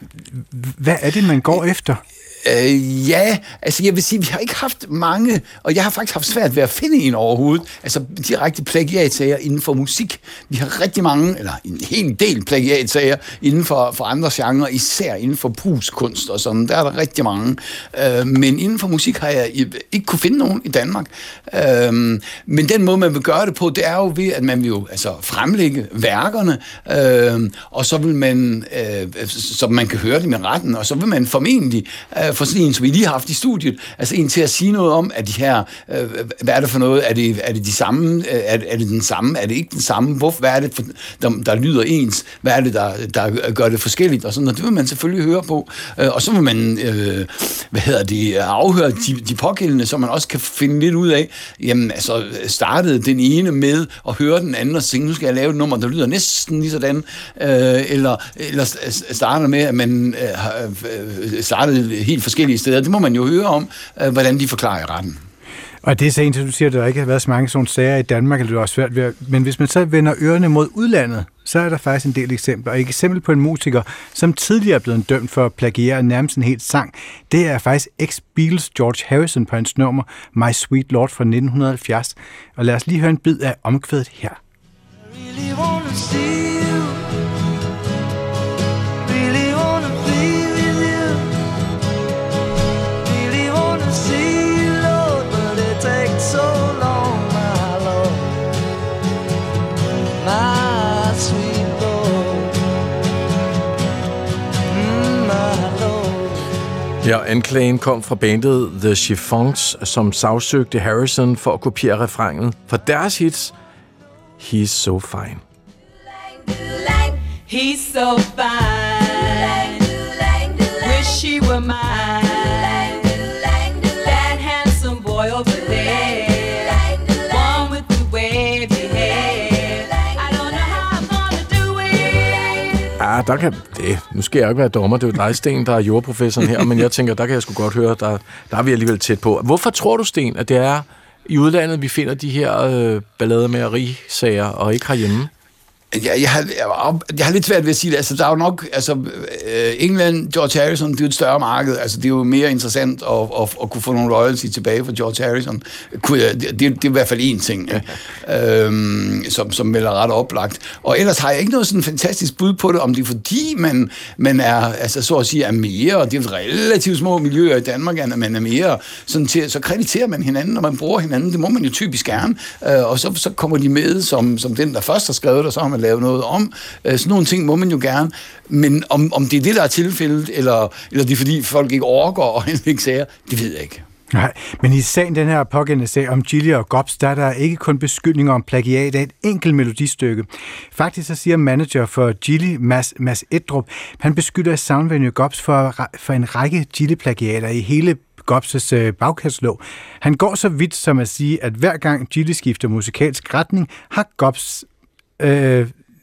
hvad er det, man går efter? Øh, ja, altså jeg vil sige, vi har ikke haft mange, og jeg har faktisk haft svært ved at finde en overhovedet, altså direkte plagiatsager inden for musik. Vi har rigtig mange, eller en hel del plagiatsager inden for, for andre genrer, især inden for brugskunst og sådan, der er der rigtig mange. Øh, men inden for musik har jeg ikke kunne finde nogen i Danmark. Øh, men den måde, man vil gøre det på, det er jo ved, at man vil jo altså fremlægge værkerne, øh, og så vil man, øh, så man kan høre det med retten, og så vil man formentlig øh, øh, for sådan en, som vi lige har haft i studiet, altså en til at sige noget om, at de her, øh, hvad er det for noget, er det, er det de samme, er, er det den samme, er det ikke den samme, hvorfor, hvad er det, for, der, der lyder ens, hvad er det, der, der gør det forskelligt, og sådan noget, det vil man selvfølgelig høre på, øh, og så vil man, øh, hvad hedder det, afhøre de, de pågældende, så man også kan finde lidt ud af, jamen altså, startede den ene med at høre den anden og tænke, nu skal jeg lave et nummer, der lyder næsten lige sådan, øh, eller, eller starter med, at man øh, startede helt forskellige steder. Det må man jo høre om, øh, hvordan de forklarer i retten. Og det er så en, du siger, at der ikke har været så mange sådan sager i Danmark, eller det er også svært ved, men hvis man så vender ørerne mod udlandet, så er der faktisk en del eksempler. Og et eksempel på en musiker, som tidligere er blevet dømt for at plagiere nærmest en helt sang, det er faktisk ex-Beatles George Harrison på hans nummer My Sweet Lord fra nitten halvfjerds. Og lad os lige høre en bid af omkvædet her. Really wanna see you. Really wanna be with you. Really wanna see you, Lord, but it takes so long, my Lord. My sweet Lord. Mm, my Lord. Ja, anklagen kom fra bandet The Chiffons, som sagsøgte Harrison for at kopiere refrænet for deres hits He's So Fine. He's so fine. Wish she were mine. That handsome boy over there. One with the wavy hair. I don't know how I'm gonna do it. Ja, der kan det. Nu skal jeg ikke være dommer. Det er jo dig, Sten, der er jordprofessoren her, men jeg tænker, der kan jeg sgu godt høre, der, der er vi alligevel tæt på. Hvorfor tror du, Sten, at det er i udlandet, vi finder de her øh, ballademageri-sager, og ikke herhjemme? Jeg, jeg, har, jeg, jeg har lidt svært ved at sige det. Altså, der er jo nok... Altså, England, George Harrison, det er jo et større marked. Altså, det er jo mere interessant at, at, at kunne få nogle royalty tilbage fra George Harrison. Det, det, det er i hvert fald én ting, ja. øhm, som, som vel er ret oplagt. Og ellers har jeg ikke noget sådan fantastisk bud på det, om det er fordi, man, man er, altså, så at sige, er mere, og det er relativt små miljøer i Danmark, at man er mere, sådan til, så krediterer man hinanden, og man bruger hinanden. Det må man jo typisk gerne. Øh, og så, så kommer de med som, som den, der først har skrevet, og så har man lave noget om. Sådan nogle ting må man jo gerne. Men om, om det er det, der er tilfældet, eller, eller det er fordi folk ikke orker og ikke sager, det ved jeg ikke. Nej, men i sagen, den her pågældende sag om Gilly og Gobs, der er der ikke kun beskyldninger om plagiat af et enkelt melodistykke. Faktisk så siger manager for Gilly, Mads, Mads Edrup, han beskylder Soundvenue Gobs for, for en række Gilly-plagiater i hele Gobs' øh, bagkatalog. Han går så vidt som at sige, at hver gang Gilly skifter musikalsk retning, har Gobs øh,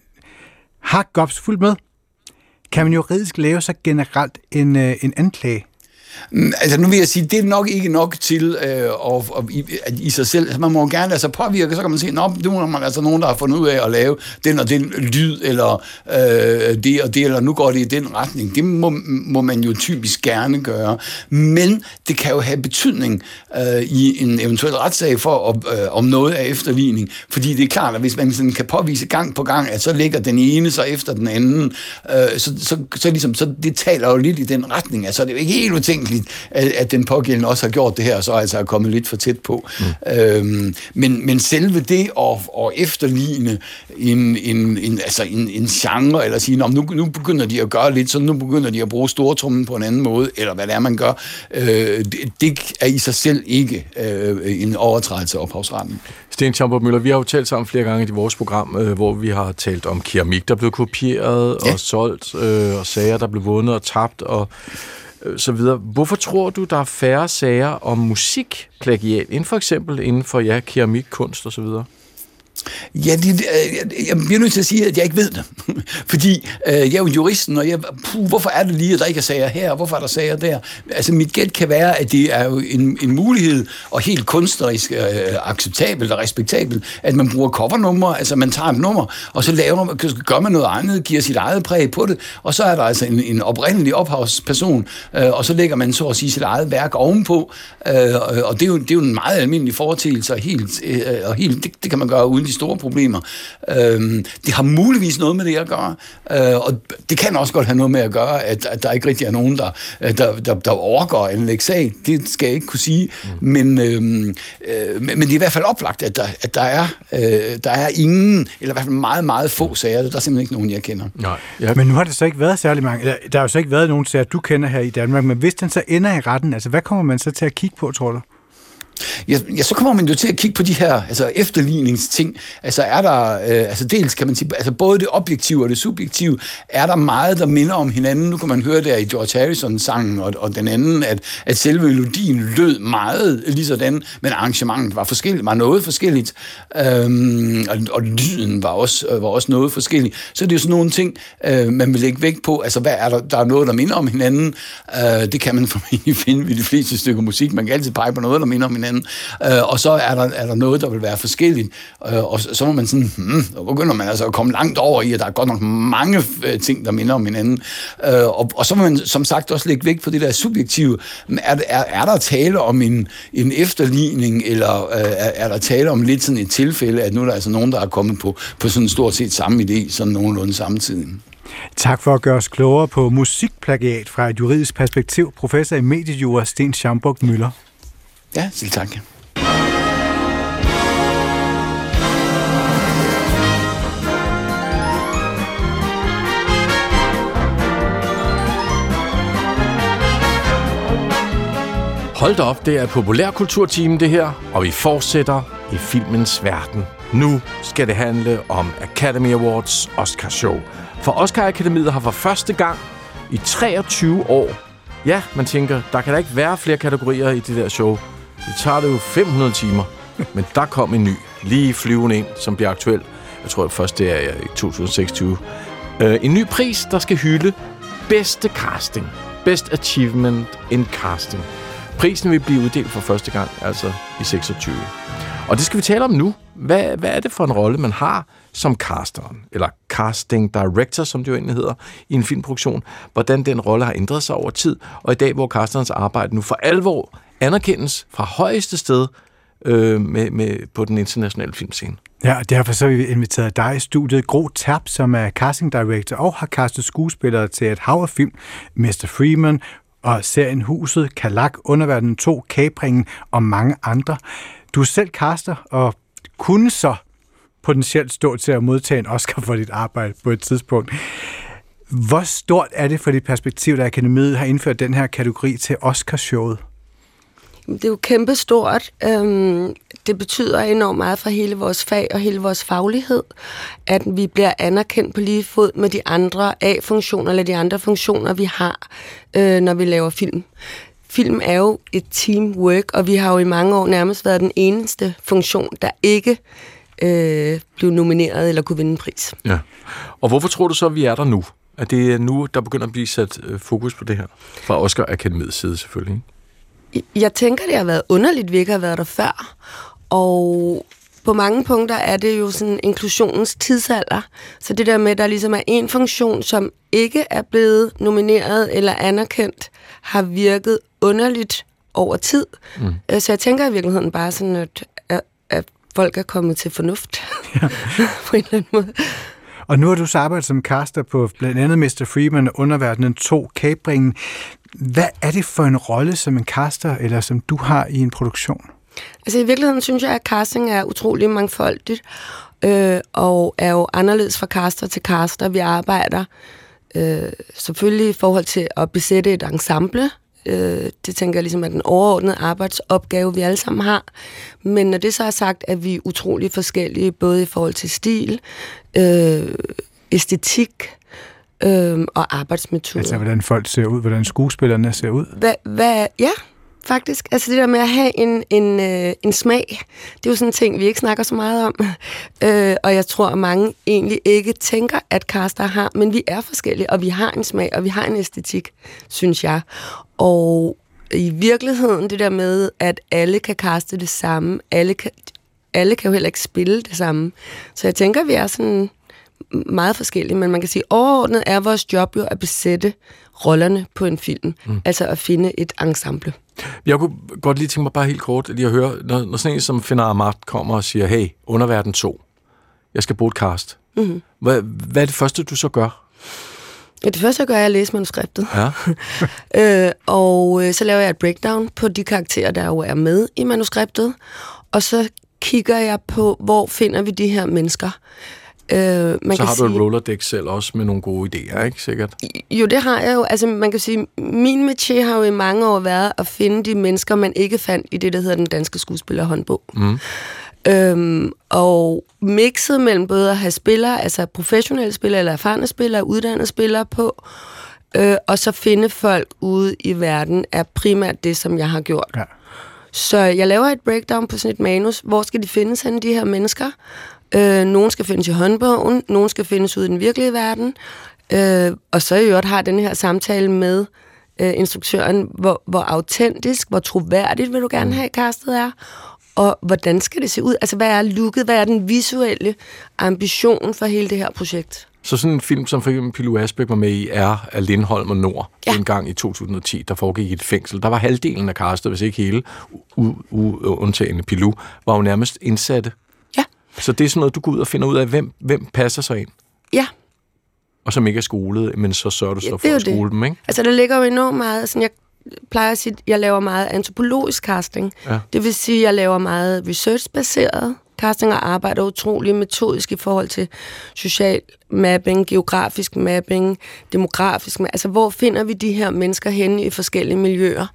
har Gobs fulgt med. Kan man juridisk lave så generelt en, øh, en anklage? Altså nu vil jeg sige, det er nok ikke nok til øh, at, at, at i sig selv. Altså, man må gerne lade sig påvirke, så kan man sige, nå, nu er man altså nogen, der har fundet ud af at lave den og den lyd, eller øh, det og det, eller nu går det i den retning. Det må, må man jo typisk gerne gøre. Men det kan jo have betydning øh, i en eventuel retssag for, øh, om noget er efterligning. Fordi det er klart, at hvis man sådan kan påvise gang på gang, at så ligger den ene så efter den anden, øh, så, så, så, ligesom, så det taler jo lidt i den retning. Altså det er jo ikke helt utænkeligt, at, at den pågældende også har gjort det her, og så altså er kommet lidt for tæt på. Mm. Øhm, men, men selve det at, at efterligne en, en, en, altså en, en genre, eller sige, nu, nu begynder de at gøre lidt, så nu begynder de at bruge stortrummen på en anden måde, eller hvad det er, man gør, øh, det, det er i sig selv ikke øh, en overtrædelse af ophavsretten. Sten Schaumburg-Müller, vi har jo talt sammen flere gange i vores program, øh, hvor vi har talt om keramik, der blev kopieret ja. og solgt, øh, og sager, der blev vundet og tabt, og så videre. Hvorfor tror du, der er færre sager om musikplagiat, end for eksempel inden for ja, keramik, kunst og så videre? Ja, det, jeg bliver nødt til at sige, at jeg ikke ved det. Fordi øh, jeg er jo juristen, og jeg, puh, hvorfor er det lige, at der ikke er sager her, og hvorfor er der sager der? Altså, mit gæt kan være, at det er jo en, en mulighed, og helt kunstnerisk øh, acceptabelt og respektabelt, at man bruger covernumre, altså man tager et nummer, og så laver man, gør man noget andet, giver sit eget præg på det, og så er der altså en, en oprindelig ophavsperson, øh, og så lægger man så at sige sit eget værk ovenpå, øh, og det er, jo, det er jo en meget almindelig foreteelse, og, helt, øh, og helt, det, det kan man gøre uden de store problemer. Øh, det har muligvis noget med det at gøre, øh, og det kan også godt have noget med at gøre, at, at der ikke rigtig er nogen, der, der, der, der overgår en lægssag. Det skal jeg ikke kunne sige, mm. men, øh, øh, men det er i hvert fald oplagt, at der, at der, er, øh, der er ingen, eller i hvert fald meget, meget få sager. Der er simpelthen ikke nogen, jeg kender. Nej. Ja. Men nu har det så ikke været særlig mange, der har jo så ikke været nogen sager, du kender her i Danmark, men hvis den så ender i retten, altså hvad kommer man så til at kigge på, tror du? Ja, ja, så kommer man jo til at kigge på de her altså efterligningsting. Altså er der, øh, altså dels kan man sige, altså både det objektive og det subjektive, er der meget, der minder om hinanden. Nu kan man høre der i George Harrison-sangen og, og den anden, at, at selve melodien lød meget ligesådan, men arrangementet var forskelligt, var noget forskelligt, øhm, og, og lyden var også, var også noget forskelligt. Så det er jo sådan nogle ting, øh, man vil lægge vægt på. Altså hvad er der, der er noget, der minder om hinanden. Øh, det kan man formentlig finde ved de fleste stykker musik. Man kan altid pege på noget, der minder om hinanden. Øh, og så er der, er der noget, der vil være forskelligt. Øh, og så, så må man sådan, hmm, så begynder man altså at komme langt over i, at der er godt nok mange øh, ting, der minder om hinanden. Øh, og, og så må man som sagt også lægge vægt på det der subjektive. Er, er, er der tale om en, en efterligning, eller øh, er, er der tale om lidt sådan et tilfælde, at nu er der altså nogen, der er kommet på, på sådan stort set samme idé, sådan nogenlunde samtidig. Tak for at gøre os klogere på musikplagiat fra et juridisk perspektiv. Professor i mediejura Sten Schaumburg Müller. Ja, selv tak. Hold da op, det er populærkulturteam det her, og vi fortsætter i filmens verden. Nu skal det handle om Academy Awards Oscar Show. For Oscar Akademiet har for første gang i treogtyve år, ja, man tænker, der kan da ikke være flere kategorier i det der show. Det tager det jo fem hundrede timer, men der kom en ny, lige flyvende ind, som bliver aktuel. Jeg tror først, det er i to tusind seksogtyve. Uh, en ny pris, der skal hylde bedste casting. Best Achievement in Casting. Prisen vil blive uddelt for første gang, altså i seksogtyve. Og det skal vi tale om nu. Hvad, hvad er det for en rolle, man har som casteren, eller casting director, som det jo egentlig hedder, i en filmproduktion? Hvordan den rolle har ændret sig over tid, og i dag, hvor casterens arbejde nu for alvor anerkendes fra højeste sted øh, med, med, på den internationale filmscene. Ja, og derfor så har vi inviteret dig i studiet, Gro Terp, som er casting director og har castet skuespillere til et hav af film, mister Freeman og serien Huset, Kalak, Underverden to, Kapringen og mange andre. Du er selv caster og kunne så potentielt stå til at modtage en Oscar for dit arbejde på et tidspunkt. Hvor stort er det for dit perspektiv, at Akademiet har indført den her kategori til Oscarshowet? Det er jo kæmpestort. Det betyder enormt meget for hele vores fag og hele vores faglighed, at vi bliver anerkendt på lige fod med de andre A-funktioner eller de andre funktioner, vi har, når vi laver film. Film er jo et teamwork, og vi har jo i mange år nærmest været den eneste funktion, der ikke øh, blev nomineret eller kunne vinde en pris. Ja. Og hvorfor tror du så, at vi er der nu? At det er nu, der begynder at blive sat fokus på det her? Fra Oscar Akademiets side selvfølgelig, ikke? Jeg tænker, det har været underligt, vi ikke har været der før. Og på mange punkter er det jo sådan inklusionens tidsalder. Så det der med, at der ligesom er en funktion, som ikke er blevet nomineret eller anerkendt, har virket underligt over tid. Mm. Så jeg tænker i virkeligheden bare sådan, at, at, at folk er kommet til fornuft. Ja. På en eller anden måde. Og nu har du så arbejdet som caster på blandt andet mister Freeman og Underverdenen to, Kapringen. Hvad er det for en rolle som en caster, eller som du har i en produktion? Altså i virkeligheden synes jeg, at casting er utrolig mangfoldigt, øh, og er jo anderledes fra caster til caster. Vi arbejder øh, selvfølgelig i forhold til at besætte et ensemble. Øh, det tænker jeg ligesom er den overordnede arbejdsopgave, vi alle sammen har. Men når det så er sagt, at vi er utrolig forskellige, både i forhold til stil, øh, æstetik, Øhm, og arbejdsmetoder. Altså, hvordan folk ser ud, hvordan skuespillerne ser ud? Hva, hva, ja, faktisk. Altså, det der med at have en, en, øh, en smag, det er jo sådan en ting, vi ikke snakker så meget om. Øh, og jeg tror, at mange egentlig ikke tænker, at caster har, men vi er forskellige, og vi har en smag, og vi har en æstetik, synes jeg. Og i virkeligheden, det der med, at alle kan caste det samme, alle kan, alle kan jo heller ikke spille det samme. Så jeg tænker, vi er sådan meget forskellige, men man kan sige, overordnet er vores job jo at besætte rollerne på en film. Mm. Altså at finde et ensemble. Jeg kunne godt lige tænke mig bare helt kort lige at høre, når, når sådan en som Finnah Ahmad kommer og siger, hey, Underverden to, jeg skal bruge et cast. Mm-hmm. Hvad, hvad er det første, du så gør? Ja, det første, jeg gør, er at læse manuskriptet. Ja. øh, og øh, så laver jeg et breakdown på de karakterer, der jo er med i manuskriptet. Og så kigger jeg på, hvor finder vi de her mennesker. Øh, man så kan har sige, du et Rolodex selv også med nogle gode idéer, ikke sikkert? Jo, det har jeg jo. Altså, man kan sige, min métier har jo i mange år været at finde de mennesker, man ikke fandt i det, der hedder den danske skuespillerhåndbog. Mm. Øhm, og mixet mellem både at have spillere, altså professionelle spillere, eller erfarne spillere, uddannede spillere på, øh, og så finde folk ude i verden, er primært det, som jeg har gjort. Ja. Så jeg laver et breakdown på sådan et manus. Hvor skal de findes henne, de her mennesker? Øh, nogle skal findes i håndbogen, nogle skal findes ude i den virkelige verden, øh, og så i øvrigt har den her samtale med øh, instruktøren, hvor, hvor autentisk, hvor troværdigt vil du gerne have, castet er, og hvordan skal det se ud? Altså, hvad er looket? Hvad er den visuelle ambition for hele det her projekt? Så sådan en film, som for eksempel Pilou Asbæk var med i, er af Lindholm og Nord, ja. En gang i to tusind og ti, der foregik i et fængsel. Der var halvdelen af castet, hvis ikke hele, u- u- undtagende Pilou, var jo nærmest indsatte. Ja. Så det er sådan noget, du går ud og finder ud af, hvem, hvem passer sig ind? Ja. Og som ikke er skolet, men så sørger du så ja, for at skole dem, ikke? Altså, der ligger jo enormt meget, sådan jeg plejer at sige, at jeg laver meget antropologisk casting. Ja. Det vil sige, at jeg laver meget research-baseret casting og arbejder utrolig metodisk i forhold til social mapping, geografisk mapping, demografisk mapping. Altså, hvor finder vi de her mennesker henne i forskellige miljøer?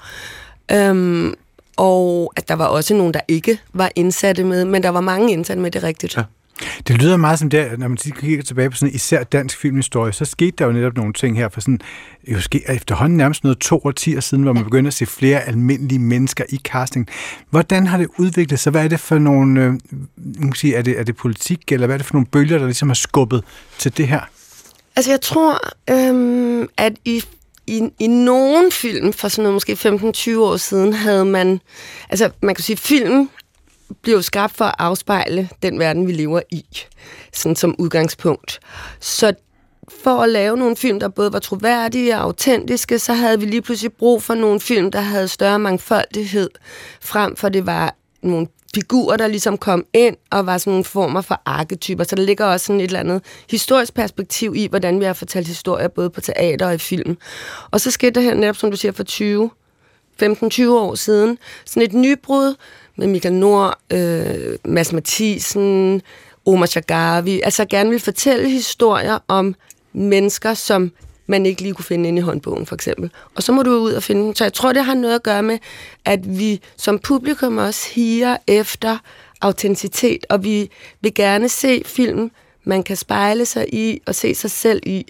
Øhm, og at der var også nogen, der ikke var indsatte med, men der var mange indsatte med, det er rigtigt. Ja. Det lyder meget som det, når man kigger tilbage på sådan især dansk filmhistorie, så skete der jo netop nogle ting her for sådan, jo ske, efterhånden nærmest noget to årtier siden, hvor man begyndte at se flere almindelige mennesker i casting. Hvordan har det udviklet sig? Hvad er det for nogle, øh, man kan sige, er det, er det politik, eller hvad er det for nogle bølger, der ligesom har skubbet til det her? Altså jeg tror, øhm, at i I, I nogen film for sådan noget, måske femten til tyve år siden, havde man, altså man kan sige, film bliver skabt for at afspejle den verden, vi lever i, sådan som udgangspunkt. Så for at lave nogle film, der både var troværdige og autentiske, så havde vi lige pludselig brug for nogle film, der havde større mangfoldighed, frem for det var nogle figurer, der ligesom kom ind og var sådan nogle former for arketyper. Så der ligger også sådan et eller andet historisk perspektiv i, hvordan vi har fortalt historier, både på teater og i film. Og så skete der her netop, som du siger, for tyve, femten til tyve år siden, sådan et nybrud med Michael Nord, øh, Mads Mathisen, Omar Shagavi, altså gerne vil fortælle historier om mennesker, som man ikke lige kunne finde inde i håndbogen, for eksempel. Og så må du ud og finde dem. Så jeg tror, det har noget at gøre med, at vi som publikum også higer efter autenticitet, og vi vil gerne se film, man kan spejle sig i og se sig selv i,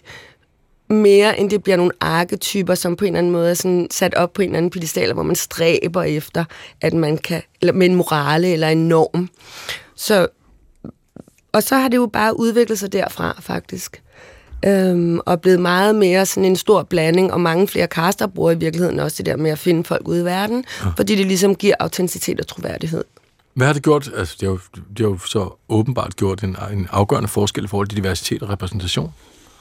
mere end det bliver nogle arketyper, som på en eller anden måde er sådan sat op på en eller anden pedestal, hvor man stræber efter, at man kan, eller med en morale eller en norm. Så, og så har det jo bare udviklet sig derfra, faktisk. Øhm, og blevet meget mere sådan en stor blanding, og mange flere caster bruger i virkeligheden også det der med at finde folk ude i verden, ja. Fordi det ligesom giver autenticitet og troværdighed. Hvad har det gjort? Altså, det har jo, det har jo så åbenbart gjort en, en afgørende forskel i forhold til diversitet og repræsentation.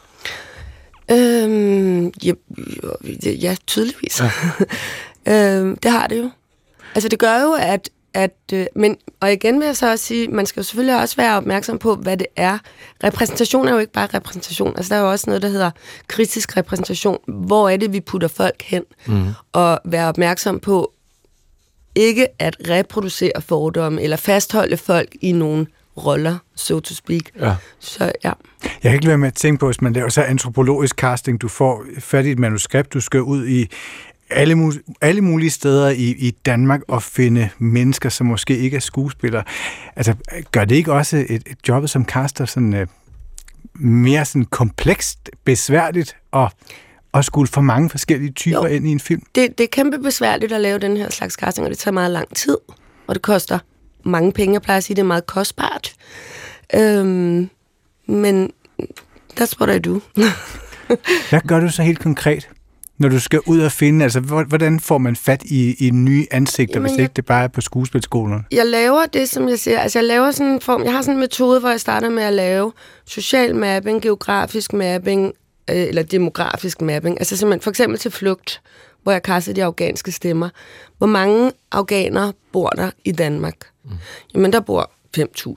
Øhm, ja, ja, tydeligvis. Ja. øhm, det har det jo. Altså, det gør jo, at At, øh, men, og igen vil jeg så også sige, man skal jo selvfølgelig også være opmærksom på, hvad det er. Repræsentation er jo ikke bare repræsentation. Altså, der er jo også noget, der hedder kritisk repræsentation. Hvor er det, vi putter folk hen? Mm. Og være opmærksom på ikke at reproducere fordomme, eller fastholde folk i nogle roller, so to speak. Ja. Så ja. Jeg kan ikke lade være med at tænke på, hvis man laver så antropologisk casting, du får fat i et manuskript, du skal ud i alle, alle mulige steder i, i Danmark og finde mennesker, som måske ikke er skuespillere. Altså, gør det ikke også et, et job som caster sådan uh, mere sådan komplekst, besværligt og og skulle få mange forskellige typer jo. Ind i en film? Det, det er kæmpe besværligt at lave den her slags casting, og det tager meget lang tid, og det koster mange penge. Jeg plejer at sige, det er meget kostbart. Øhm, men that's what I do. Hvad gør du så helt konkret, når du skal ud og finde, altså hvordan får man fat i, i nye ansigter, Jamen, hvis jeg, ikke det bare er på skuespilskolerne? Jeg laver det, som jeg siger, altså jeg laver sådan en form, jeg har sådan en metode, hvor jeg starter med at lave social mapping, geografisk mapping, øh, eller demografisk mapping, altså simpelthen for eksempel til Flugt, hvor jeg kaster de afghanske stemmer. Hvor mange afghanere bor der i Danmark? Mm. Jamen der bor fem tusind.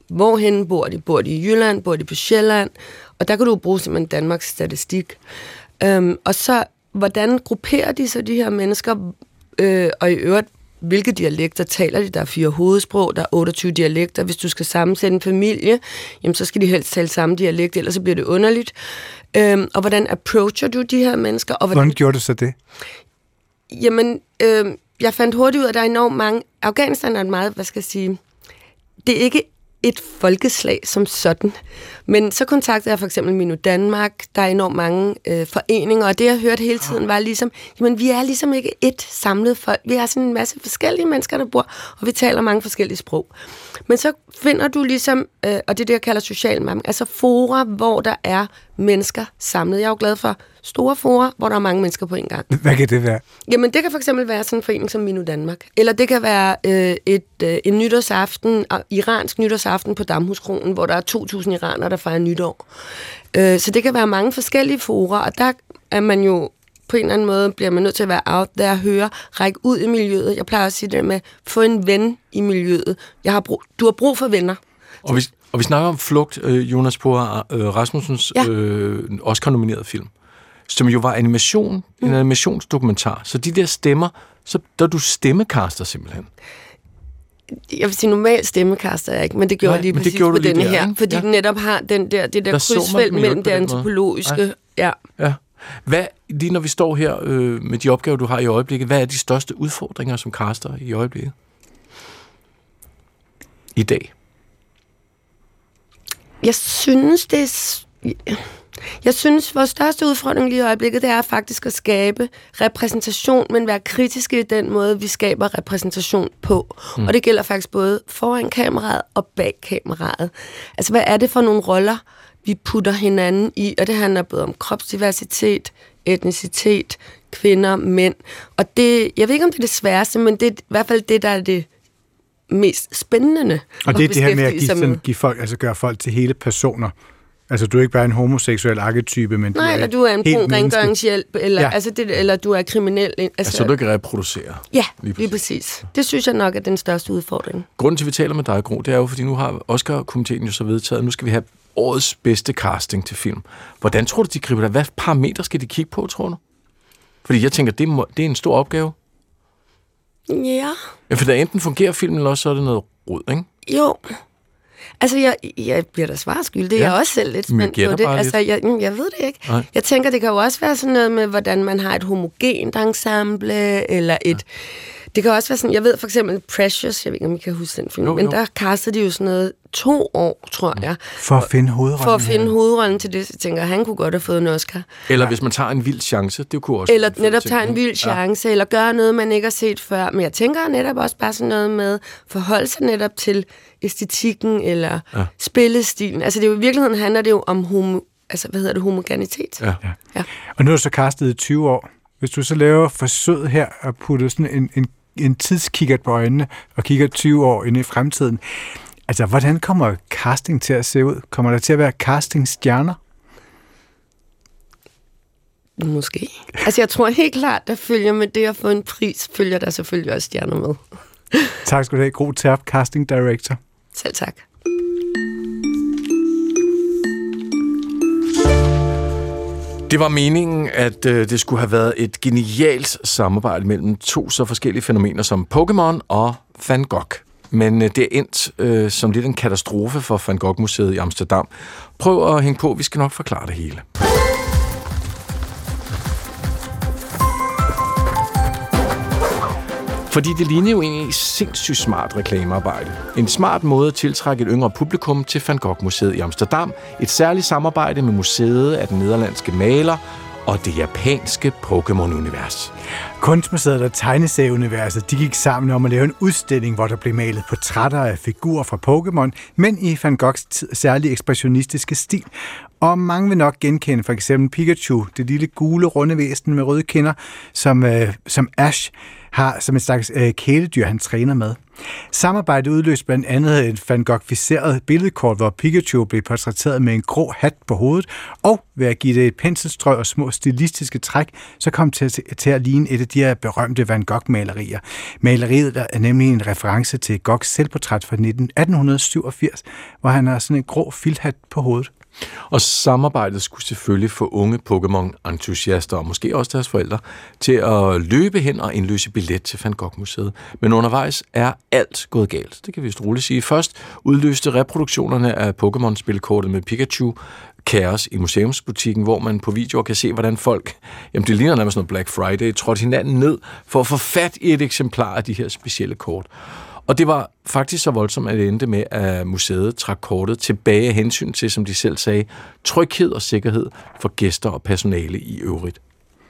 hvorhen bor de? Bor de i Jylland? Bor de på Sjælland? Og der kan du bruge simpelthen Danmarks statistik. Øhm, og så, hvordan grupperer de så de her mennesker? Øh, og i øvrigt, hvilke dialekter taler de? Der er fire hovedsprog, der er otteogtyve dialekter. Hvis du skal sammensætte en familie, jamen, så skal de helst tale samme dialekt, ellers så bliver det underligt. Øhm, og hvordan approacher du de her mennesker? Og hvordan, hvordan gjorde du så det? Jamen, øh, jeg fandt hurtigt ud af, at der er enormt mange... Afghanistan er et meget, hvad skal jeg sige... Det er ikke et folkeslag som sådan. Men så kontaktede jeg for eksempel Minu Danmark. Der er enormt mange øh, foreninger, og det jeg hørte hele tiden var ligesom, jamen vi er ligesom ikke et samlet folk. Vi er sådan en masse forskellige mennesker, der bor, og vi taler mange forskellige sprog. Men så finder du ligesom, øh, og det er det, jeg kalder social mapping, altså fora, hvor der er mennesker samlet. Jeg er jo glad for store fora, hvor der er mange mennesker på en gang. Hvad kan det være? Jamen, det kan for eksempel være sådan en forening som Minu Danmark. Eller det kan være øh, et, øh, en nytårsaften, øh, iransk nytårsaften på Damhuskronen, hvor der er to tusind iranere, der fejrer nytår. Øh, så det kan være mange forskellige fora, og der er man jo på en eller anden måde, bliver man nødt til at være out there, høre, række ud i miljøet. Jeg plejer at sige det med, få en ven i miljøet. Jeg har brug, du har brug for venner. Og vi, og vi snakker om Flugt, øh, Jonas Poher øh, Rasmussens ja. øh, Oscar-nominerede film, som jo var animation, mm. en animationsdokumentar. Så de der stemmer, så der du stemmekaster simpelthen. Jeg vil sige, normalt stemmekaster jeg ikke, men det gjorde Nej, lige men præcis det gjorde på du lige denne der, her, ikke? fordi Ja. den netop har den der, det der, der krydsfelt mellem det antropologiske. Ja. ja. Hvad, lige når vi står her øh, med de opgaver, du har i øjeblikket, hvad er de største udfordringer som caster i øjeblikket? I dag? Jeg synes, det er... Jeg synes, vores største udfordring lige i øjeblikket, det er faktisk at skabe repræsentation, men være kritiske i den måde, vi skaber repræsentation på. Mm. Og det gælder faktisk både foran kameraet og bag kameraet. Altså, hvad er det for nogle roller, vi putter hinanden i? Og det handler både om kropsdiversitet, etnicitet, kvinder, mænd. Og det, jeg ved ikke, om det er det sværeste, men det er i hvert fald det, der er det mest spændende. Og det er det her med at give, sådan, give folk, altså gøre folk til hele personer. Altså, du er ikke bare en homoseksuel arketype, men du Nej, er eller du er en brun rengøringshjælp, eller, ja. altså det, eller du er kriminel. Altså, altså du kan reproducere. Ja, lige præcis. lige præcis. Det synes jeg nok er den største udfordring. Grunden til, at vi taler med dig, Gro, det er jo, fordi nu har Oscar-komiteen jo så vedtaget, nu skal vi have årets bedste casting til film. Hvordan tror du, de griber det? Hvad parametre skal de kigge på, tror du? Fordi jeg tænker, det, må, det er en stor opgave. Ja. Ja, for der enten fungerer filmen, eller også så er det noget rod, ikke? Jo. Altså, jeg, jeg bliver da svarskyldig. Ja. Jeg er også selv lidt spændt på det. Altså, jeg, jeg ved det ikke. Nej. Jeg tænker, det kan jo også være sådan noget med, hvordan man har et homogent ensemble, eller et... Ja. Det kan også være sådan, jeg ved for eksempel Precious, jeg ved ikke, om I kan huske den film, jo, men jo. Der castede de jo sådan noget to år, tror jeg. For at finde hovedrollen. For at finde her. hovedrollen til det, så tænker jeg, han kunne godt have fået en Oscar. Eller hvis man tager en vild chance, det kunne også... Eller netop tager en vild chance, ja. eller gøre noget, man ikke har set før. Men jeg tænker netop også bare sådan noget med, forholde sig netop til æstetikken, eller ja. spillestilen. Altså det er jo, i virkeligheden handler det jo om homo, altså, hvad hedder det, homogenitet. Ja. Ja. Ja. Og nu er du så castet i tyve år. Hvis du så laver forsøget her og putter sådan en, en, en tidskikkert på øjnene og kigger tyve år ind i fremtiden, altså hvordan kommer casting til at se ud? Kommer der til at være castingstjerner? Måske. Altså jeg tror helt klart, der følger med det at få en pris, følger der selvfølgelig også stjerner med. Tak skal du have, Gro Terp, casting director. Selv tak. Det var meningen, at øh, det skulle have været et genialt samarbejde mellem to så forskellige fænomener som Pokémon og Van Gogh. Men øh, det er endt øh, som lidt en katastrofe for Van Gogh-museet i Amsterdam. Prøv at hænge på, vi skal nok forklare det hele. Fordi det ligner jo egentlig sindssygt smart reklamearbejde. En smart måde at tiltrække et yngre publikum til Van Gogh-museet i Amsterdam. Et særligt samarbejde med museet af den nederlandske maler og det japanske Pokémon-univers. Kunstmuseet og tegneserieuniverset, de gik sammen om at lave en udstilling, hvor der blev malet portrætter af figurer fra Pokémon, men i Van Goghs særlig ekspressionistiske stil. Og mange vil nok genkende for eksempel Pikachu, det lille gule runde væsen med røde kinder, som, øh, som Ash. har som et slags øh, kæledyr, han træner med. Samarbejdet udløste blandt andet et Van Gogh-ficeret billedkort, hvor Pikachu blev portrætteret med en grå hat på hovedet, og ved at give det et penselstrøg og små stilistiske træk, så kom det til, til at ligne et af de her berømte Van Gogh-malerier. Maleriet er nemlig en reference til Goghs selvportræt fra atten syvogfirs, hvor han har sådan en grå filthat på hovedet. Og samarbejdet skulle selvfølgelig få unge Pokémon-entusiaster, og måske også deres forældre, til at løbe hen og indløse billet til Van Gogh-museet. Men undervejs er alt gået galt. Det kan vi roligt sige. Først udløste reproduktionerne af Pokémon-spilkortet med Pikachu kaos i museumsbutikken, hvor man på videoer kan se, hvordan folk, jamen det ligner nærmest noget Black Friday, trådte hinanden ned for at få fat i et eksemplar af de her specielle kort. Og det var faktisk så voldsomt, at det endte med, at museet trak kortet tilbage af hensyn til, som de selv sagde, tryghed og sikkerhed for gæster og personale i øvrigt.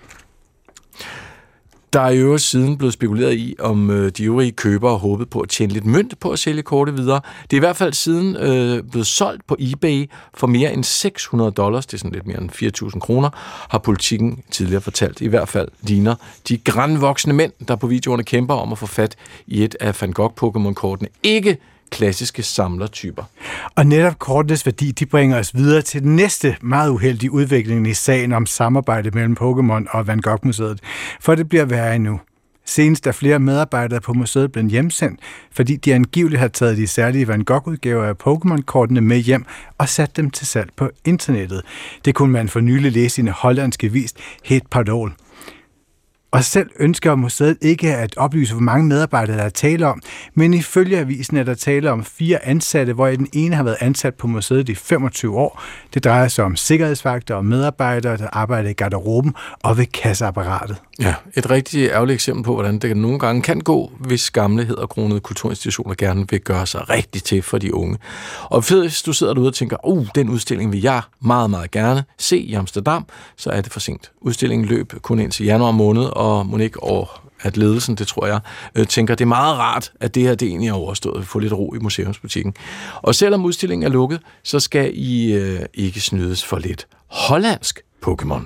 Der er jo siden blevet spekuleret i, om de øvrige købere håbede på at tjene lidt mønt på at sælge kortet videre. Det er i hvert fald siden øh, blevet solgt på eBay for mere end seks hundrede dollars, det er sådan lidt mere end fire tusind kroner, har Politikken tidligere fortalt. I hvert fald ligner de grandvoksne mænd, der på videoerne kæmper om at få fat i et af Van Gogh-Pokémon-kortene, ikke klassiske samlertyper. Og netop kortenes værdi, de bringer os videre til den næste meget uheldige udvikling i sagen om samarbejde mellem Pokémon og Van Gogh-museet. For det bliver værre endnu. Senest er flere medarbejdere på museet blevet hjemsendt, fordi de angiveligt har taget de særlige Van Gogh-udgaver af Pokémon-kortene med hjem og sat dem til salg på internettet. Det kunne man for nylig læse i en hollandske vis, Het Parool. Og selv ønsker museet ikke at oplyse, hvor mange medarbejdere der er tale om, men ifølge avisen er der tale om fire ansatte, hvor den ene har været ansat på museet i femogtyve år. Det drejer sig om sikkerhedsvagter og medarbejdere, der arbejder i garderoben og ved kasseapparatet. Ja, et rigtig ærgerligt eksempel på, hvordan det nogle gange kan gå, hvis gamle hæderkronede kulturinstitutioner gerne vil gøre sig rigtig til for de unge. Og hvis du sidder derude og tænker, uh, den udstilling vil jeg meget, meget gerne se i Amsterdam, så er det for sent. Udstillingen løb kun indtil januar måned, og må ikke over at ledelsen, det tror jeg, øh, tænker, det er meget rart, at det her det egentlig er overstået, få lidt ro i museumsbutikken. Og selvom udstillingen er lukket, så skal I øh, ikke snydes for lidt hollandsk Pokémon.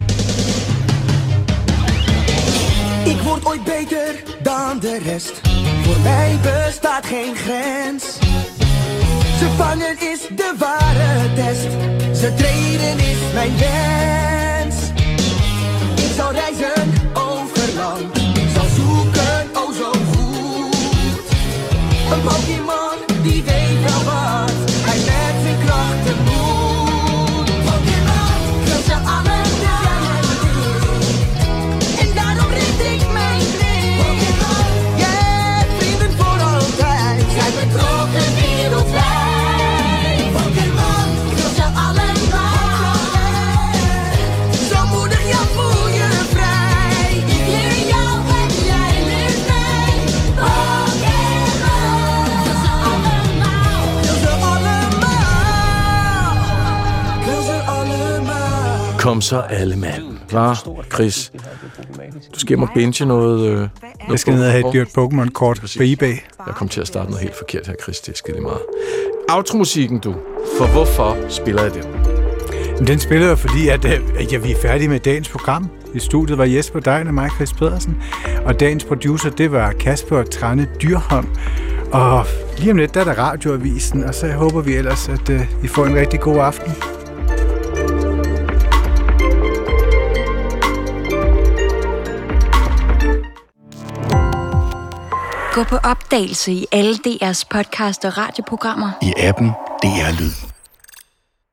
Ik word ooit beter dan de rest. Voor mij bestaat geen grens. Ze vangen is de ware test. Ze treden is mijn wens. Ik zal reizen over land. Ik zal zoeken, oh zo goed. Een Pokémon die weet wel wat. Hij met zijn krachten moet. Pokémon, wil ze allemaal. En daarom richt ik mijn blik. Pokémon, je hebt vrienden voor altijd. Zij betrokken wereldwijd. Pokémon, wil ze allemaal. Zo moedig, ja voel je vrij. Ik leer jou en jij leert mij. Pokémon, wil ze allemaal. Wil ze allemaal. Wil ze allemaal. Kom så alle mand. Klar, Chris. Du skal hjem og binge noget... Øh, Jeg skal ned og have et dyrt Pokémon-kort på eBay. Jeg kom til at starte noget helt forkert her, Chris. Det er skide meget. Outro-musikken, du. For hvorfor spiller jeg den? Men den spiller jo, fordi at, at ja, vi er færdige med dagens program. I studiet var Jesper Dein og mig, Chris Pedersen. Og dagens producer, det var Kasper Trane Dyrholm. Og lige om lidt, der er der radioavisen. Og så håber vi ellers, at uh, I får en rigtig god aften. Gå på opdagelse i alle D R's podcast og radioprogrammer. I appen D R Lyd.